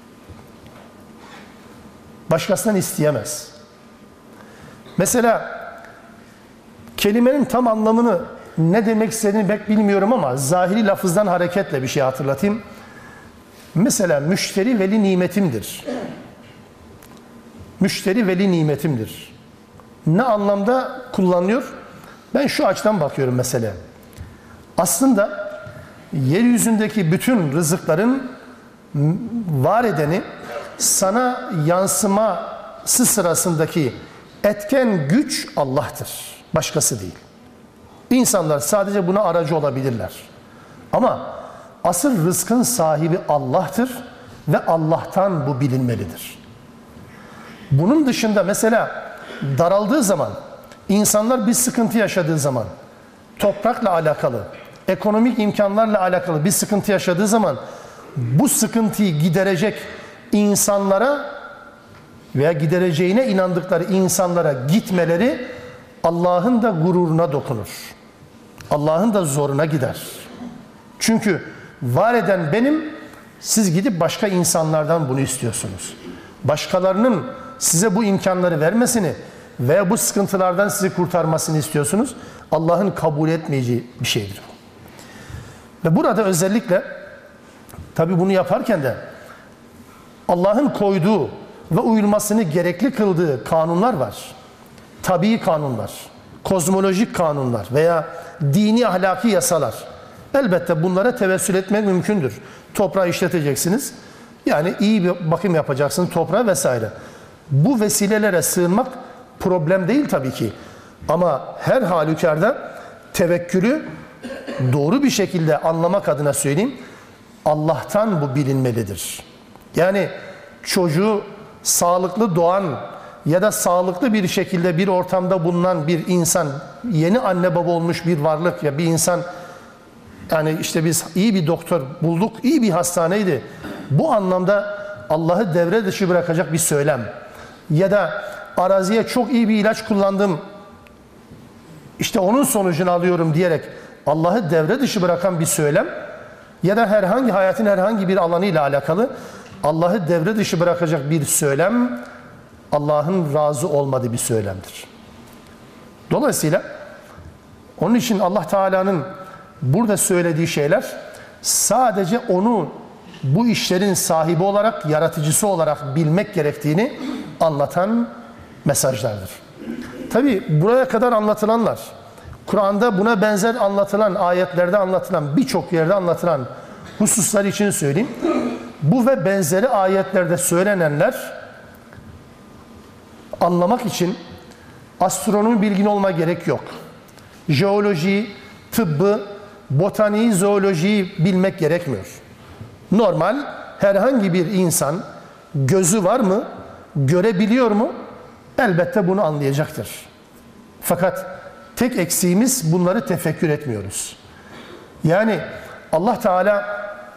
Başkasından isteyemez. Mesela kelimenin tam anlamını ne demek istediğini pek bilmiyorum ama zahiri lafızdan hareketle bir şey hatırlatayım. Mesela müşteri veli nimetimdir. Müşteri veli nimetimdir. Ne anlamda kullanılıyor? Ben şu açıdan bakıyorum mesela. Aslında yeryüzündeki bütün rızıkların var edeni sana yansıması sırasındaki etken güç Allah'tır. Başkası değil. İnsanlar sadece buna aracı olabilirler. Ama asıl rızkın sahibi Allah'tır ve Allah'tan bu bilinmelidir. Bunun dışında mesela daraldığı zaman, insanlar bir sıkıntı yaşadığı zaman, toprakla alakalı, ekonomik imkanlarla alakalı bir sıkıntı yaşadığı zaman bu sıkıntıyı giderecek insanlara veya gidereceğine inandıkları insanlara gitmeleri Allah'ın da gururuna dokunur. Allah'ın da zoruna gider. Çünkü var eden benim, siz gidip başka insanlardan bunu istiyorsunuz. Başkalarının size bu imkanları vermesini veya bu sıkıntılardan sizi kurtarmasını istiyorsunuz. Allah'ın kabul etmeyeceği bir şeydir bu. Ve burada özellikle tabi bunu yaparken de Allah'ın koyduğu ve uyulmasını gerekli kıldığı kanunlar var. Tabii kanunlar, kozmolojik kanunlar veya dini ahlaki yasalar. Elbette bunlara tevessül etmek mümkündür. Toprağı işleteceksiniz. Yani iyi bir bakım yapacaksınız toprağa vesaire. Bu vesilelere sığınmak problem değil tabii ki. Ama her halükarda tevekkülü doğru bir şekilde anlamak adına söyleyeyim. Allah'tan bu bilinmelidir. Yani çocuğu sağlıklı doğan ya da sağlıklı bir şekilde bir ortamda bulunan bir insan, yeni anne baba olmuş bir varlık ya bir insan, yani işte biz iyi bir doktor bulduk, iyi bir hastaneydi. Bu anlamda Allah'ı devre dışı bırakacak bir söylem ya da araziye çok iyi bir ilaç kullandım, işte onun sonucunu alıyorum diyerek Allah'ı devre dışı bırakan bir söylem ya da herhangi hayatın herhangi bir alanıyla alakalı Allah'ı devre dışı bırakacak bir söylem Allah'ın razı olmadığı bir söylemdir. Dolayısıyla onun için Allah Teala'nın burada söylediği şeyler sadece onu bu işlerin sahibi olarak, yaratıcısı olarak bilmek gerektiğini anlatan mesajlardır. Tabi buraya kadar anlatılanlar, Kur'an'da buna benzer anlatılan, ayetlerde anlatılan, birçok yerde anlatılan hususlar için söyleyeyim. Bu ve benzeri ayetlerde söylenenler anlamak için astronomi bilgin olma gerek yok. Jeoloji, tıbbı, botaniği, zoolojiyi bilmek gerekmiyor. Normal herhangi bir insan gözü var mı, görebiliyor mu? Elbette bunu anlayacaktır. Fakat tek eksiğimiz bunları tefekkür etmiyoruz. Yani Allah Teala,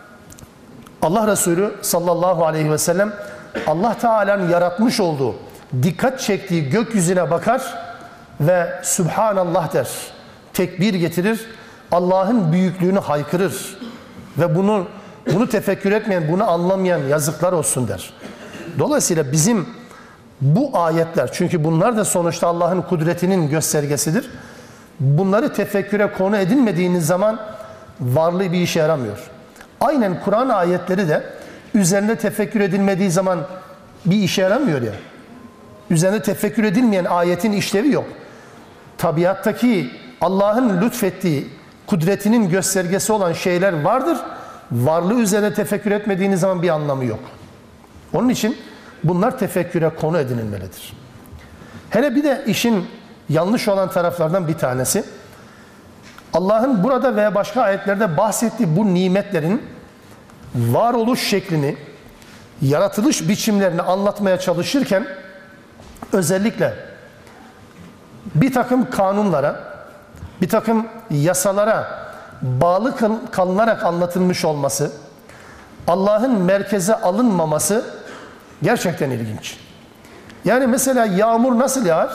Allah Resulü sallallahu aleyhi ve sellem Allah Teala'nın yaratmış olduğu, dikkat çektiği gökyüzüne bakar ve Subhanallah der. Tekbir getirir, Allah'ın büyüklüğünü haykırır ve bunu tefekkür etmeyen, bunu anlamayan yazıklar olsun der. Dolayısıyla bizim bu ayetler, çünkü bunlar da sonuçta Allah'ın kudretinin göstergesidir. Bunları tefekküre konu edilmediğiniz zaman varlığı bir işe yaramıyor. Aynen Kur'an ayetleri de üzerinde tefekkür edilmediği zaman bir işe yaramıyor ya. Üzerinde tefekkür edilmeyen ayetin işlevi yok. Tabiattaki Allah'ın lütfettiği, kudretinin göstergesi olan şeyler vardır. Varlığı üzerine tefekkür etmediğiniz zaman bir anlamı yok. Onun için bunlar tefekküre konu edinilmelidir. Hele bir de işin yanlış olan taraflardan bir tanesi, Allah'ın burada veya başka ayetlerde bahsettiği bu nimetlerin varoluş şeklini, yaratılış biçimlerini anlatmaya çalışırken özellikle bir takım kanunlara, bir takım yasalara bağlı kalınarak anlatılmış olması, Allah'ın merkeze alınmaması gerçekten ilginç. Yani mesela yağmur nasıl yağar?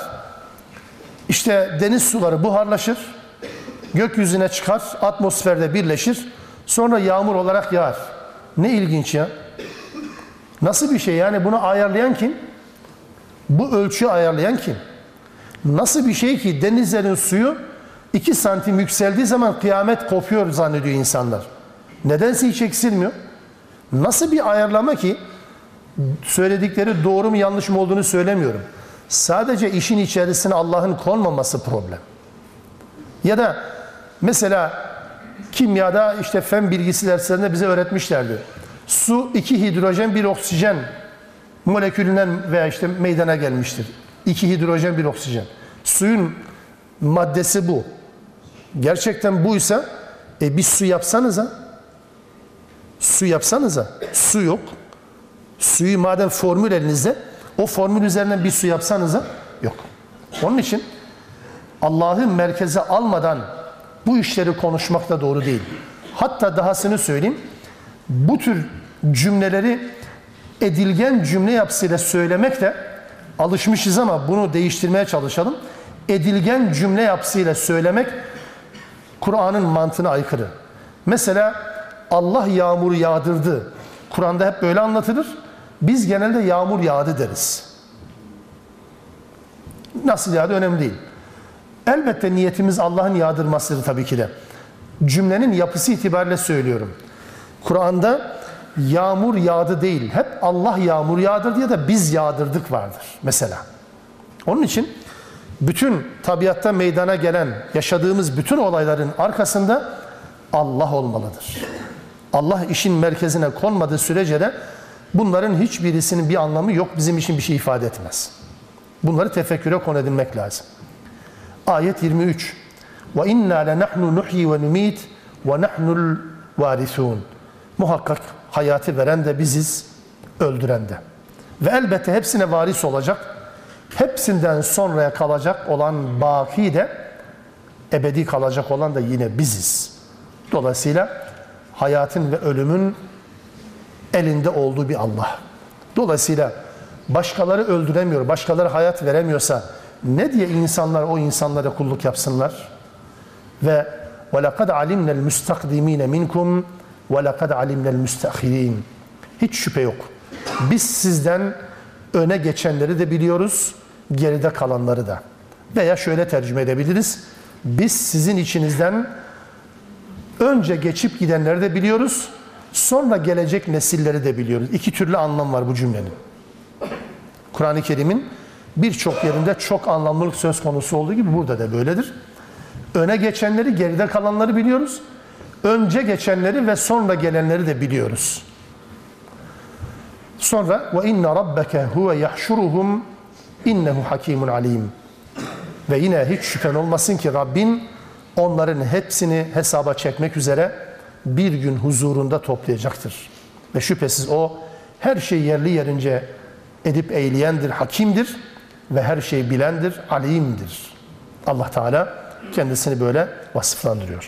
İşte deniz suları buharlaşır, gökyüzüne çıkar, atmosferde birleşir, sonra yağmur olarak yağar. Ne ilginç ya. Nasıl bir şey yani, bunu ayarlayan kim? Bu ölçüyü ayarlayan kim? Nasıl bir şey ki denizlerin suyu 2 santim yükseldiği zaman kıyamet kopuyor zannediyor insanlar. Nedense hiç eksilmiyor. Nasıl bir ayarlama ki? Söyledikleri doğru mu yanlış mı olduğunu söylemiyorum. Sadece işin içerisine Allah'ın konmaması problem. Ya da mesela kimyada işte fen bilgisi derslerinde bize öğretmişlerdi. Su 2 hidrojen 1 oksijen molekülünden veya işte meydana gelmiştir. 2 hidrojen 1 oksijen. Suyun maddesi bu. Gerçekten buysa bir su yapsanıza. Su yapsanıza. Su yok. Suyu madem formül elinizde, o formül üzerinden bir su yapsanıza yok. Onun için Allah'ı merkeze almadan bu işleri konuşmak da doğru değil. Hatta dahasını söyleyeyim. Bu tür cümleleri edilgen cümle yapısıyla söylemek de alışmışız ama bunu değiştirmeye çalışalım. Edilgen cümle yapısıyla söylemek Kur'an'ın mantığına aykırı. Mesela Allah yağmuru yağdırdı. Kur'an'da hep böyle anlatılır. Biz genelde yağmur yağdı deriz. Nasıl yağdı önemli değil. Elbette niyetimiz Allah'ın yağdırmasıdır tabii ki de. Cümlenin yapısı itibariyle söylüyorum. Kur'an'da yağmur yağdı değil, hep Allah yağmur yağdırdı ya da biz yağdırdık vardır mesela. Onun için bütün tabiatta meydana gelen, yaşadığımız bütün olayların arkasında Allah olmalıdır. Allah işin merkezine konmadığı sürece de bunların hiçbirisinin bir anlamı yok, bizim için bir şey ifade etmez. Bunları tefekküre konu edilmek lazım. Ayet 23. وَاِنَّا لَنَحْنُ نُحْيِ وَنُمِيتِ وَنَحْنُ الْوَارِثُونَ. Muhakkak hayatı veren de biziz, öldüren de. Ve elbette hepsine varis olacak, hepsinden sonraya kalacak olan baki de, ebedi kalacak olan da yine biziz. Dolayısıyla hayatın ve ölümün elinde olduğu bir Allah. Dolayısıyla başkaları öldüremiyor, başkaları hayat veremiyorsa ne diye insanlar o insanlara kulluk yapsınlar? Ve وَلَقَدْ عَلِمْنَا الْمُسْتَقْدِم۪ينَ مِنْكُمْ وَلَقَدْ عَلِمْنَا الْمُسْتَأْخِر۪ينَ. Hiç şüphe yok. Biz sizden öne geçenleri de biliyoruz, geride kalanları da. Veya şöyle tercüme edebiliriz. Biz sizin içinizden önce geçip gidenleri de biliyoruz, sonra gelecek nesilleri de biliyoruz. İki türlü anlam var bu cümlenin. Kur'an-ı Kerim'in birçok yerinde çok anlamlılık söz konusu olduğu gibi burada da böyledir. Öne geçenleri, geride kalanları biliyoruz. Önce geçenleri ve sonra gelenleri de biliyoruz. Sonra ve inne rabbeke huve yahşuruhum innehu hakimun alim. Ve yine hiç şüphen olmasın ki Rabbin onların hepsini hesaba çekmek üzere bir gün huzurunda toplayacaktır. Ve şüphesiz o her şeyi yerli yerince edip eyleyendir, hakimdir ve her şeyi bilendir, alimdir. Allah Teala kendisini böyle vasıflandırıyor.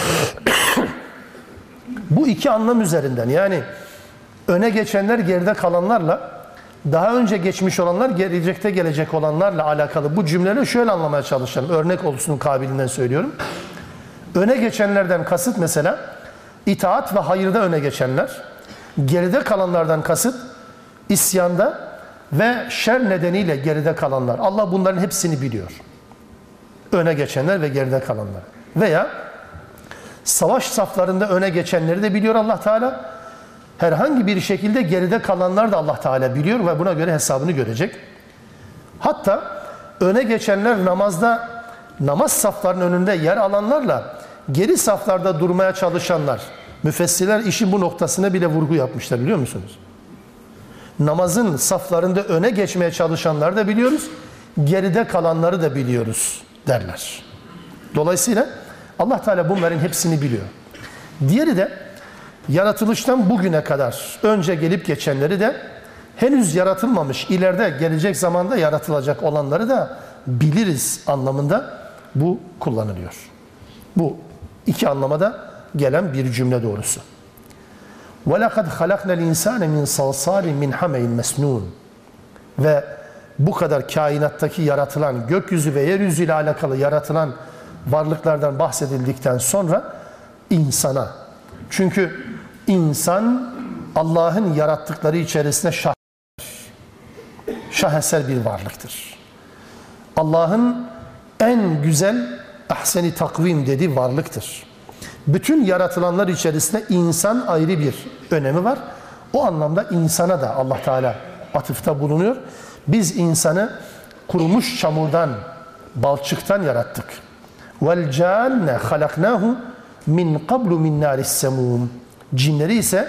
Bu iki anlam üzerinden, yani öne geçenler geride kalanlarla, daha önce geçmiş olanlar gelecekte gelecek olanlarla alakalı bu cümleleri şöyle anlamaya çalışalım. Örnek olsun kabiliğinden söylüyorum. Öne geçenlerden kasıt mesela itaat ve hayırda öne geçenler. Geride kalanlardan kasıt isyanda ve şer nedeniyle geride kalanlar. Allah bunların hepsini biliyor. Öne geçenler ve geride kalanlar. Veya savaş saflarında öne geçenleri de biliyor Allah Teala. Herhangi bir şekilde geride kalanlar da Allah Teala biliyor ve buna göre hesabını görecek. Hatta öne geçenler namazda, namaz saflarının önünde yer alanlarla geri saflarda durmaya çalışanlar. Müfessirler işin bu noktasına bile vurgu yapmışlar, biliyor musunuz? Namazın saflarında öne geçmeye çalışanları da biliyoruz, geride kalanları da biliyoruz derler. Dolayısıyla Allah Teala bunların hepsini biliyor. Diğeri de yaratılıştan bugüne kadar önce gelip geçenleri de henüz yaratılmamış, ileride gelecek zamanda yaratılacak olanları da biliriz anlamında bu kullanılıyor. Bu iki anlamada gelen bir cümle doğrusu. وَلَقَدْ خَلَقْنَا الْاِنْسَانَ مِنْ صَلْصَالٍ مِنْ حَمَيْنْ مَسْنُونَ. Ve bu kadar kainattaki yaratılan, gökyüzü ve yeryüzü ile alakalı yaratılan varlıklardan bahsedildikten sonra insana, çünkü insan Allah'ın yarattıkları içerisinde şaheser bir varlıktır. Allah'ın en güzel ahseni takvim dediği varlıktır. Bütün yaratılanlar içerisinde insan ayrı bir önemi var. O anlamda insana da Allah Teala atıfta bulunuyor. Biz insanı kurumuş çamurdan, balçıktan yarattık. وَالْجَانَّ خَلَقْنَاهُ min qablu min naris semum. Cinleri ise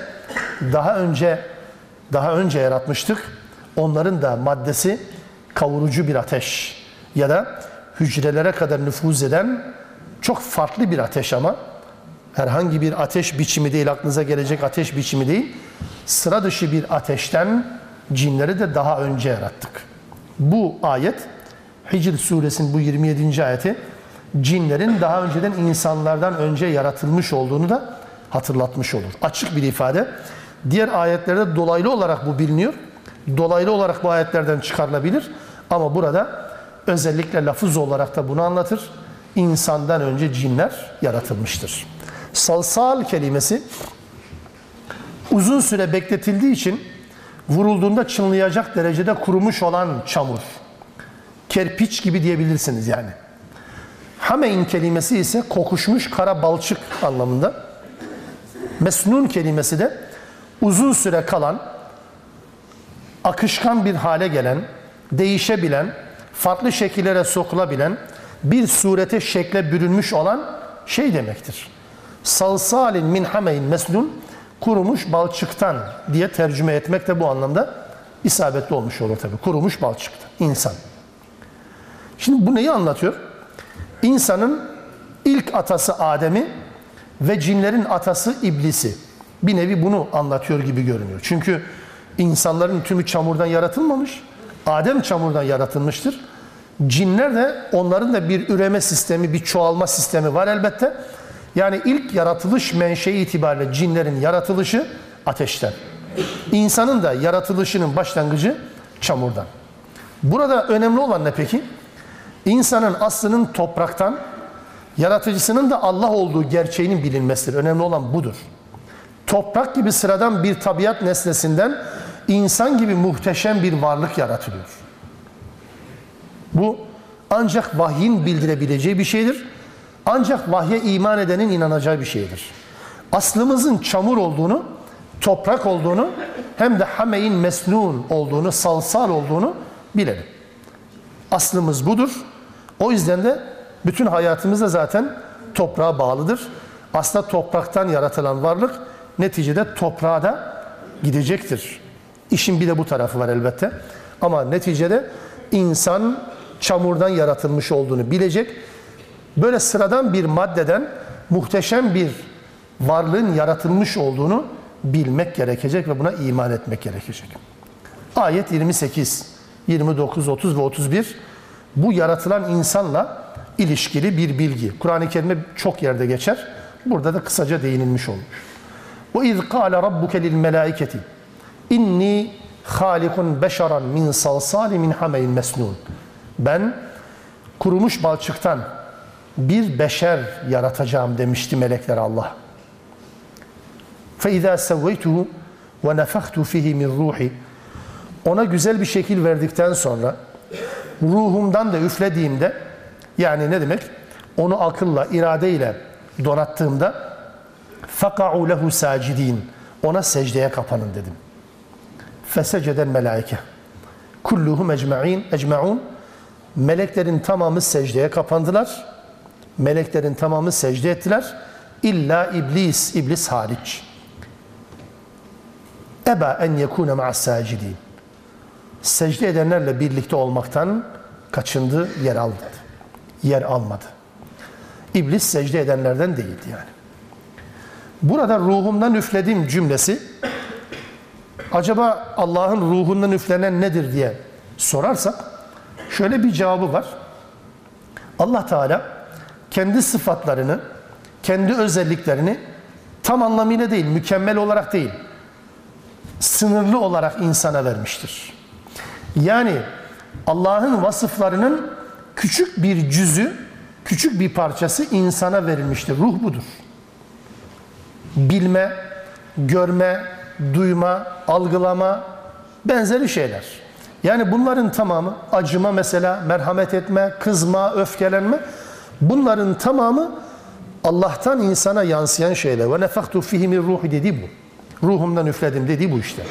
daha önce yaratmıştık. Onların da maddesi kavurucu bir ateş ya da hücrelere kadar nüfuz eden çok farklı bir ateş, ama herhangi bir ateş biçimi değil, aklınıza gelecek ateş biçimi değil. Sıra dışı bir ateşten cinleri de daha önce yarattık. Bu ayet, Hicr suresinin bu 27. ayeti, cinlerin daha önceden insanlardan önce yaratılmış olduğunu da hatırlatmış olur. Açık bir ifade. Diğer ayetlerde dolaylı olarak bu biliniyor. Dolaylı olarak bu ayetlerden çıkarılabilir. Ama burada özellikle lafız olarak da bunu anlatır. İnsandan önce cinler yaratılmıştır. Salsal kelimesi uzun süre bekletildiği için vurulduğunda çınlayacak derecede kurumuş olan çamur. Kerpiç gibi diyebilirsiniz yani. Hameyn kelimesi ise kokuşmuş kara balçık anlamında. Mesnun kelimesi de uzun süre kalan, akışkan bir hale gelen, değişebilen, farklı şekillere sokulabilen, bir surete, şekle bürünmüş olan şey demektir. Salsalin min hameyn mesnun, kurumuş balçıktan diye tercüme etmek de bu anlamda isabetli olmuş olur tabii. Kurumuş balçıktan, insan. Şimdi bu neyi anlatıyor? İnsanın ilk atası Adem'i ve cinlerin atası İblis'i. Bir nevi bunu anlatıyor gibi görünüyor. Çünkü insanların tümü çamurdan yaratılmamış. Adem çamurdan yaratılmıştır. Cinler de, onların da bir üreme sistemi, bir çoğalma sistemi var elbette. Yani ilk yaratılış menşei itibariyle cinlerin yaratılışı ateşten. İnsanın da yaratılışının başlangıcı çamurdan. Burada önemli olan ne peki? İnsanın aslının topraktan, yaratıcısının da Allah olduğu gerçeğinin bilinmesidir. Önemli olan budur. Toprak gibi sıradan bir tabiat nesnesinden insan gibi muhteşem bir varlık yaratılıyor. Bu ancak vahyin bildirebileceği bir şeydir. Ancak vahye iman edenin inanacağı bir şeydir. Aslımızın çamur olduğunu, toprak olduğunu, hem de hameyin mesnun olduğunu, salsal olduğunu bilelim. Aslımız budur. O yüzden de bütün hayatımız da zaten toprağa bağlıdır. Aslında topraktan yaratılan varlık neticede toprağa da gidecektir. İşin bir de bu tarafı var elbette. Ama neticede insan çamurdan yaratılmış olduğunu bilecek. Böyle sıradan bir maddeden muhteşem bir varlığın yaratılmış olduğunu bilmek gerekecek ve buna iman etmek gerekecek. Ayet 28, 29, 30 ve 31 bu yaratılan insanla ilişkili bir bilgi. Kur'an-ı Kerim'de çok yerde geçer. Burada da kısaca değinilmiş olmuş. وَاِذْ قَالَ رَبُّكَ لِلْمَلَائِكَةِ اِنِّي خَالِقٌ بَشَرًا مِنْ صَلْصَالِ مِنْ حَمَيْنْ مَسْنُونَ Ben kurumuş balçıktan bir beşer yaratacağım demişti melekler Allah. فَاِذَا سَوَّيْتُهُ وَنَفَخْتُ فِيهِ مِنْ رُوحِ Ona güzel bir şekil verdikten sonra ruhumdan da üflediğimde, yani ne demek? Onu akılla, iradeyle donattığımda فَقَعُوا لَهُ سَاجِد۪ينَ Ona secdeye kapanın dedim. فَسَجَدَ الْمَلَائِكَةِ كُلُّهُمْ اَجْمَعُونَ Meleklerin tamamı secdeye kapandılar. Meleklerin tamamı secde ettiler. İlla iblis, iblis hariç. Eba en yekune ma'as sacidin. Secde edenlerle birlikte olmaktan kaçındı, yer almadı. İblis secde edenlerden değildi yani. Burada ruhumdan üflediğim cümlesi, acaba Allah'ın ruhundan üflenen nedir diye sorarsak, şöyle bir cevabı var. Allah Teala kendi sıfatlarını, kendi özelliklerini tam anlamıyla değil, mükemmel olarak değil, sınırlı olarak insana vermiştir. Yani Allah'ın vasıflarının küçük bir cüzü, küçük bir parçası insana verilmiştir. Ruh budur. Bilme, görme, duyma, algılama, benzeri şeyler. Yani bunların tamamı, acıma mesela, merhamet etme, kızma, öfkelenme, bunların tamamı Allah'tan insana yansıyan şeyler. Ve nefaktu fihi min ruhi dediği bu. Ruhumdan üfledim dediği bu işte.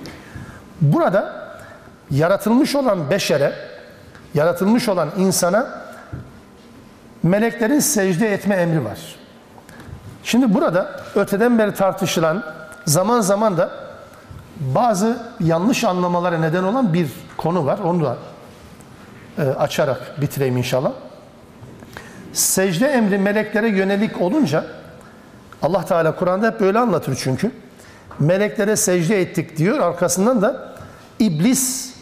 Burada yaratılmış olan beşere, yaratılmış olan insana meleklerin secde etme emri var. Şimdi burada öteden beri tartışılan, zaman zaman da bazı yanlış anlamalara neden olan bir konu var. Onu da açarak bitireyim inşallah. Secde emri meleklere yönelik olunca, Allah Teala Kur'an'da hep böyle anlatır çünkü. Meleklere secde ettik diyor, arkasından da iblis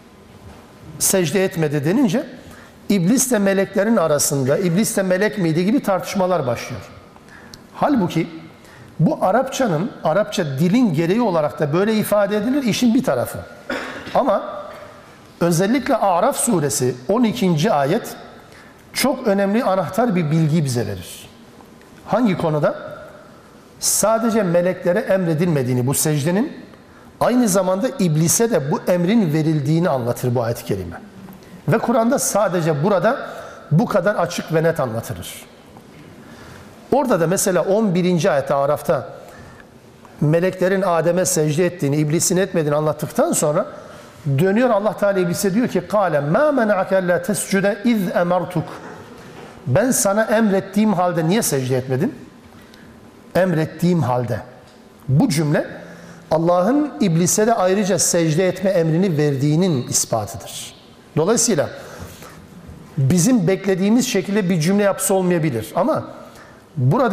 secde etmedi denince, iblisle meleklerin arasında, iblisle melek miydi gibi tartışmalar başlıyor. Halbuki bu Arapça dilin gereği olarak da böyle ifade edilir, işin bir tarafı. Ama özellikle A'raf suresi 12. ayet çok önemli anahtar bir bilgi bize verir. Hangi konuda? Sadece meleklere emredilmediğini, bu secdenin, aynı zamanda iblise de bu emrin verildiğini anlatır bu ayet-i kerime. Ve Kur'an'da sadece burada bu kadar açık ve net anlatılır. Orada da mesela 11. ayet Araf'ta meleklerin Adem'e secde ettiğini, iblisin etmediğini anlattıktan sonra dönüyor Allah Teala iblise diyor ki قَالَ مَا مَنَعَكَ اَلَّا تَسْجُدَ اِذْ اَمَرْتُكَ Ben sana emrettiğim halde niye secde etmedin? Emrettiğim halde. Bu cümle Allah'ın iblise de ayrıca secde etme emrini verdiğinin ispatıdır. Dolayısıyla bizim beklediğimiz şekilde bir cümle yapısı olmayabilir. Ama burada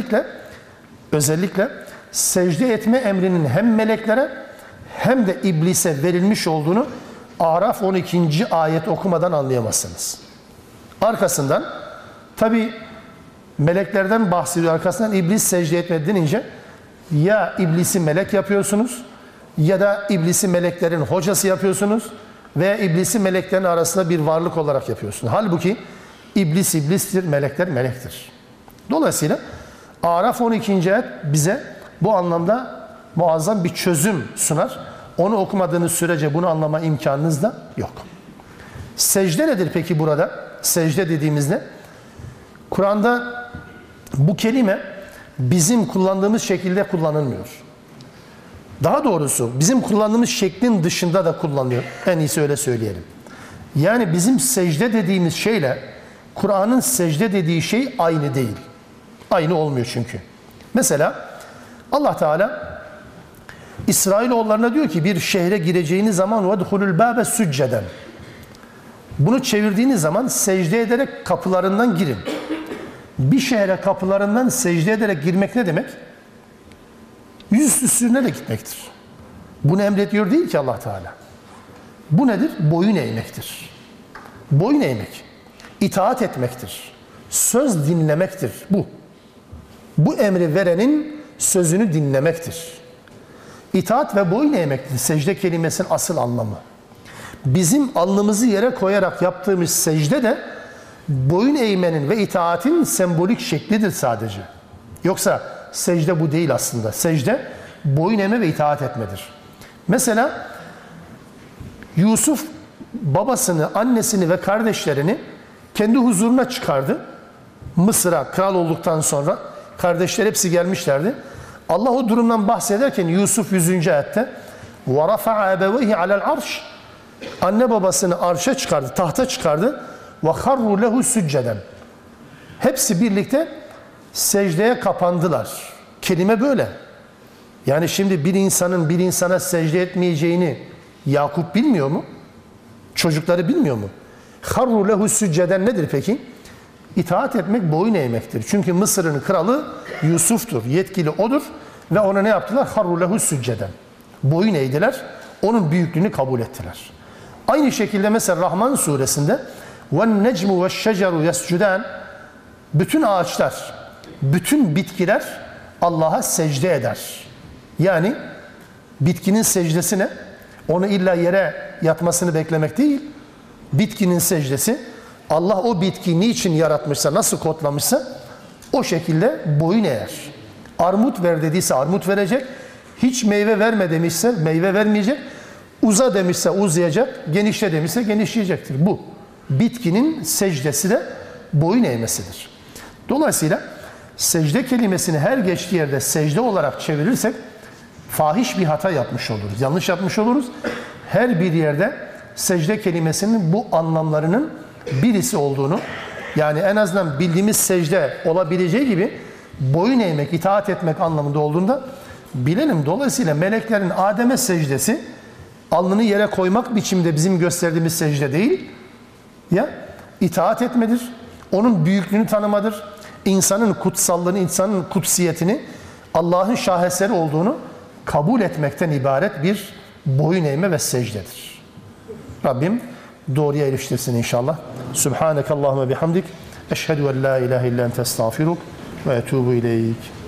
özellikle secde etme emrinin hem meleklere hem de iblise verilmiş olduğunu Araf 12. ayet okumadan anlayamazsınız. Arkasından tabi meleklerden bahsediyor, arkasından iblis secde etmedi denince ya iblisi melek yapıyorsunuz ya da iblisi meleklerin hocası yapıyorsunuz veya iblisi meleklerin arasında bir varlık olarak yapıyorsunuz. Halbuki iblis iblistir, melekler melektir. Dolayısıyla Araf 12. ayet bize bu anlamda muazzam bir çözüm sunar. Onu okumadığınız sürece bunu anlama imkanınız da yok. Secde nedir peki burada? secde dediğimizde, Kur'an'da bu kelime bizim kullandığımız şekilde kullanılmıyor. Daha doğrusu bizim kullandığımız şeklin dışında da kullanılıyor. En iyisi öyle söyleyelim. Yani bizim secde dediğimiz şeyle Kur'an'ın secde dediği şey aynı değil. Aynı olmuyor çünkü. Mesela Allah Teala İsrailoğullarına diyor ki bir şehre gireceğiniz zaman وَدْخُلُ الْبَابَ سُجَّدًا. Bunu çevirdiğiniz zaman secde ederek kapılarından girin. Bir şehre kapılarından secde ederek girmek ne demek? Yüzüstü sürünerek gitmektir. Bunu emrediyor değil ki Allah Teala. Bu nedir? Boyun eğmektir. Boyun eğmek. İtaat etmektir. Söz dinlemektir bu. Bu emri verenin sözünü dinlemektir. İtaat ve boyun eğmektir. Secde kelimesinin asıl anlamı. Bizim alnımızı yere koyarak yaptığımız secde de boyun eğmenin ve itaatin sembolik şeklidir sadece. Yoksa secde bu değil aslında. Secde boyun eğme ve itaat etmedir. Mesela Yusuf babasını, annesini ve kardeşlerini kendi huzuruna çıkardı. Mısır'a kral olduktan sonra kardeşler hepsi gelmişlerdi. Allah o durumdan bahsederken Yusuf 100. ayette وَرَفَعَ أَبَوَيْهِ عَلَى الْعَرْشِ Anne babasını arşa çıkardı, tahta çıkardı. وَخَرُّوا لَهُ سُجَّدًا Hepsi birlikte secdeye kapandılar. Kelime böyle. Yani şimdi bir insanın bir insana secde etmeyeceğini Yakup bilmiyor mu? Çocukları bilmiyor mu? خَرُّوا لَهُ سُجَّدًا nedir peki? İtaat etmek boyun eğmektir. Çünkü Mısır'ın kralı Yusuf'tur. Yetkili odur. Ve ona ne yaptılar? خَرُّوا لَهُ سُجَّدًا Boyun eğdiler. Onun büyüklüğünü kabul ettiler. Aynı şekilde mesela Rahman suresinde وَالنَّجْمُ وَالشَّجَرُ يَسْجُدَانِ Bütün ağaçlar, bütün bitkiler Allah'a secde eder. Yani bitkinin secdesi ne? Onu illa yere yatmasını beklemek değil. Bitkinin secdesi Allah o bitkiyi niçin yaratmışsa, nasıl kodlamışsa o şekilde boyun eğer. Armut ver dediyse armut verecek. Hiç meyve verme demişse meyve vermeyecek. Uza demişse uzayacak. Genişle demişse genişleyecektir. Bu bitkinin secdesi de boyun eğmesidir. Dolayısıyla secde kelimesini her geçtiği yerde secde olarak çevirirsek fahiş bir hata yapmış oluruz. Yanlış yapmış oluruz. Her bir yerde secde kelimesinin bu anlamlarının birisi olduğunu, yani en azından bildiğimiz secde olabileceği gibi boyun eğmek, itaat etmek anlamında olduğunda bilelim. Dolayısıyla meleklerin Adem'e secdesi alnını yere koymak biçimde bizim gösterdiğimiz secde değil. Ya itaat etmedir. Onun büyüklüğünü tanımadır. İnsanın kutsallığını, insanın kutsiyetini, Allah'ın şaheseri olduğunu kabul etmekten ibaret bir boyun eğme ve secdedir. Rabbim doğruya eriştirsin inşallah. Subhanekallahümme bihamdik. Eşhedü en la ilahe illa ente estağfiruk ve etubu ileyk.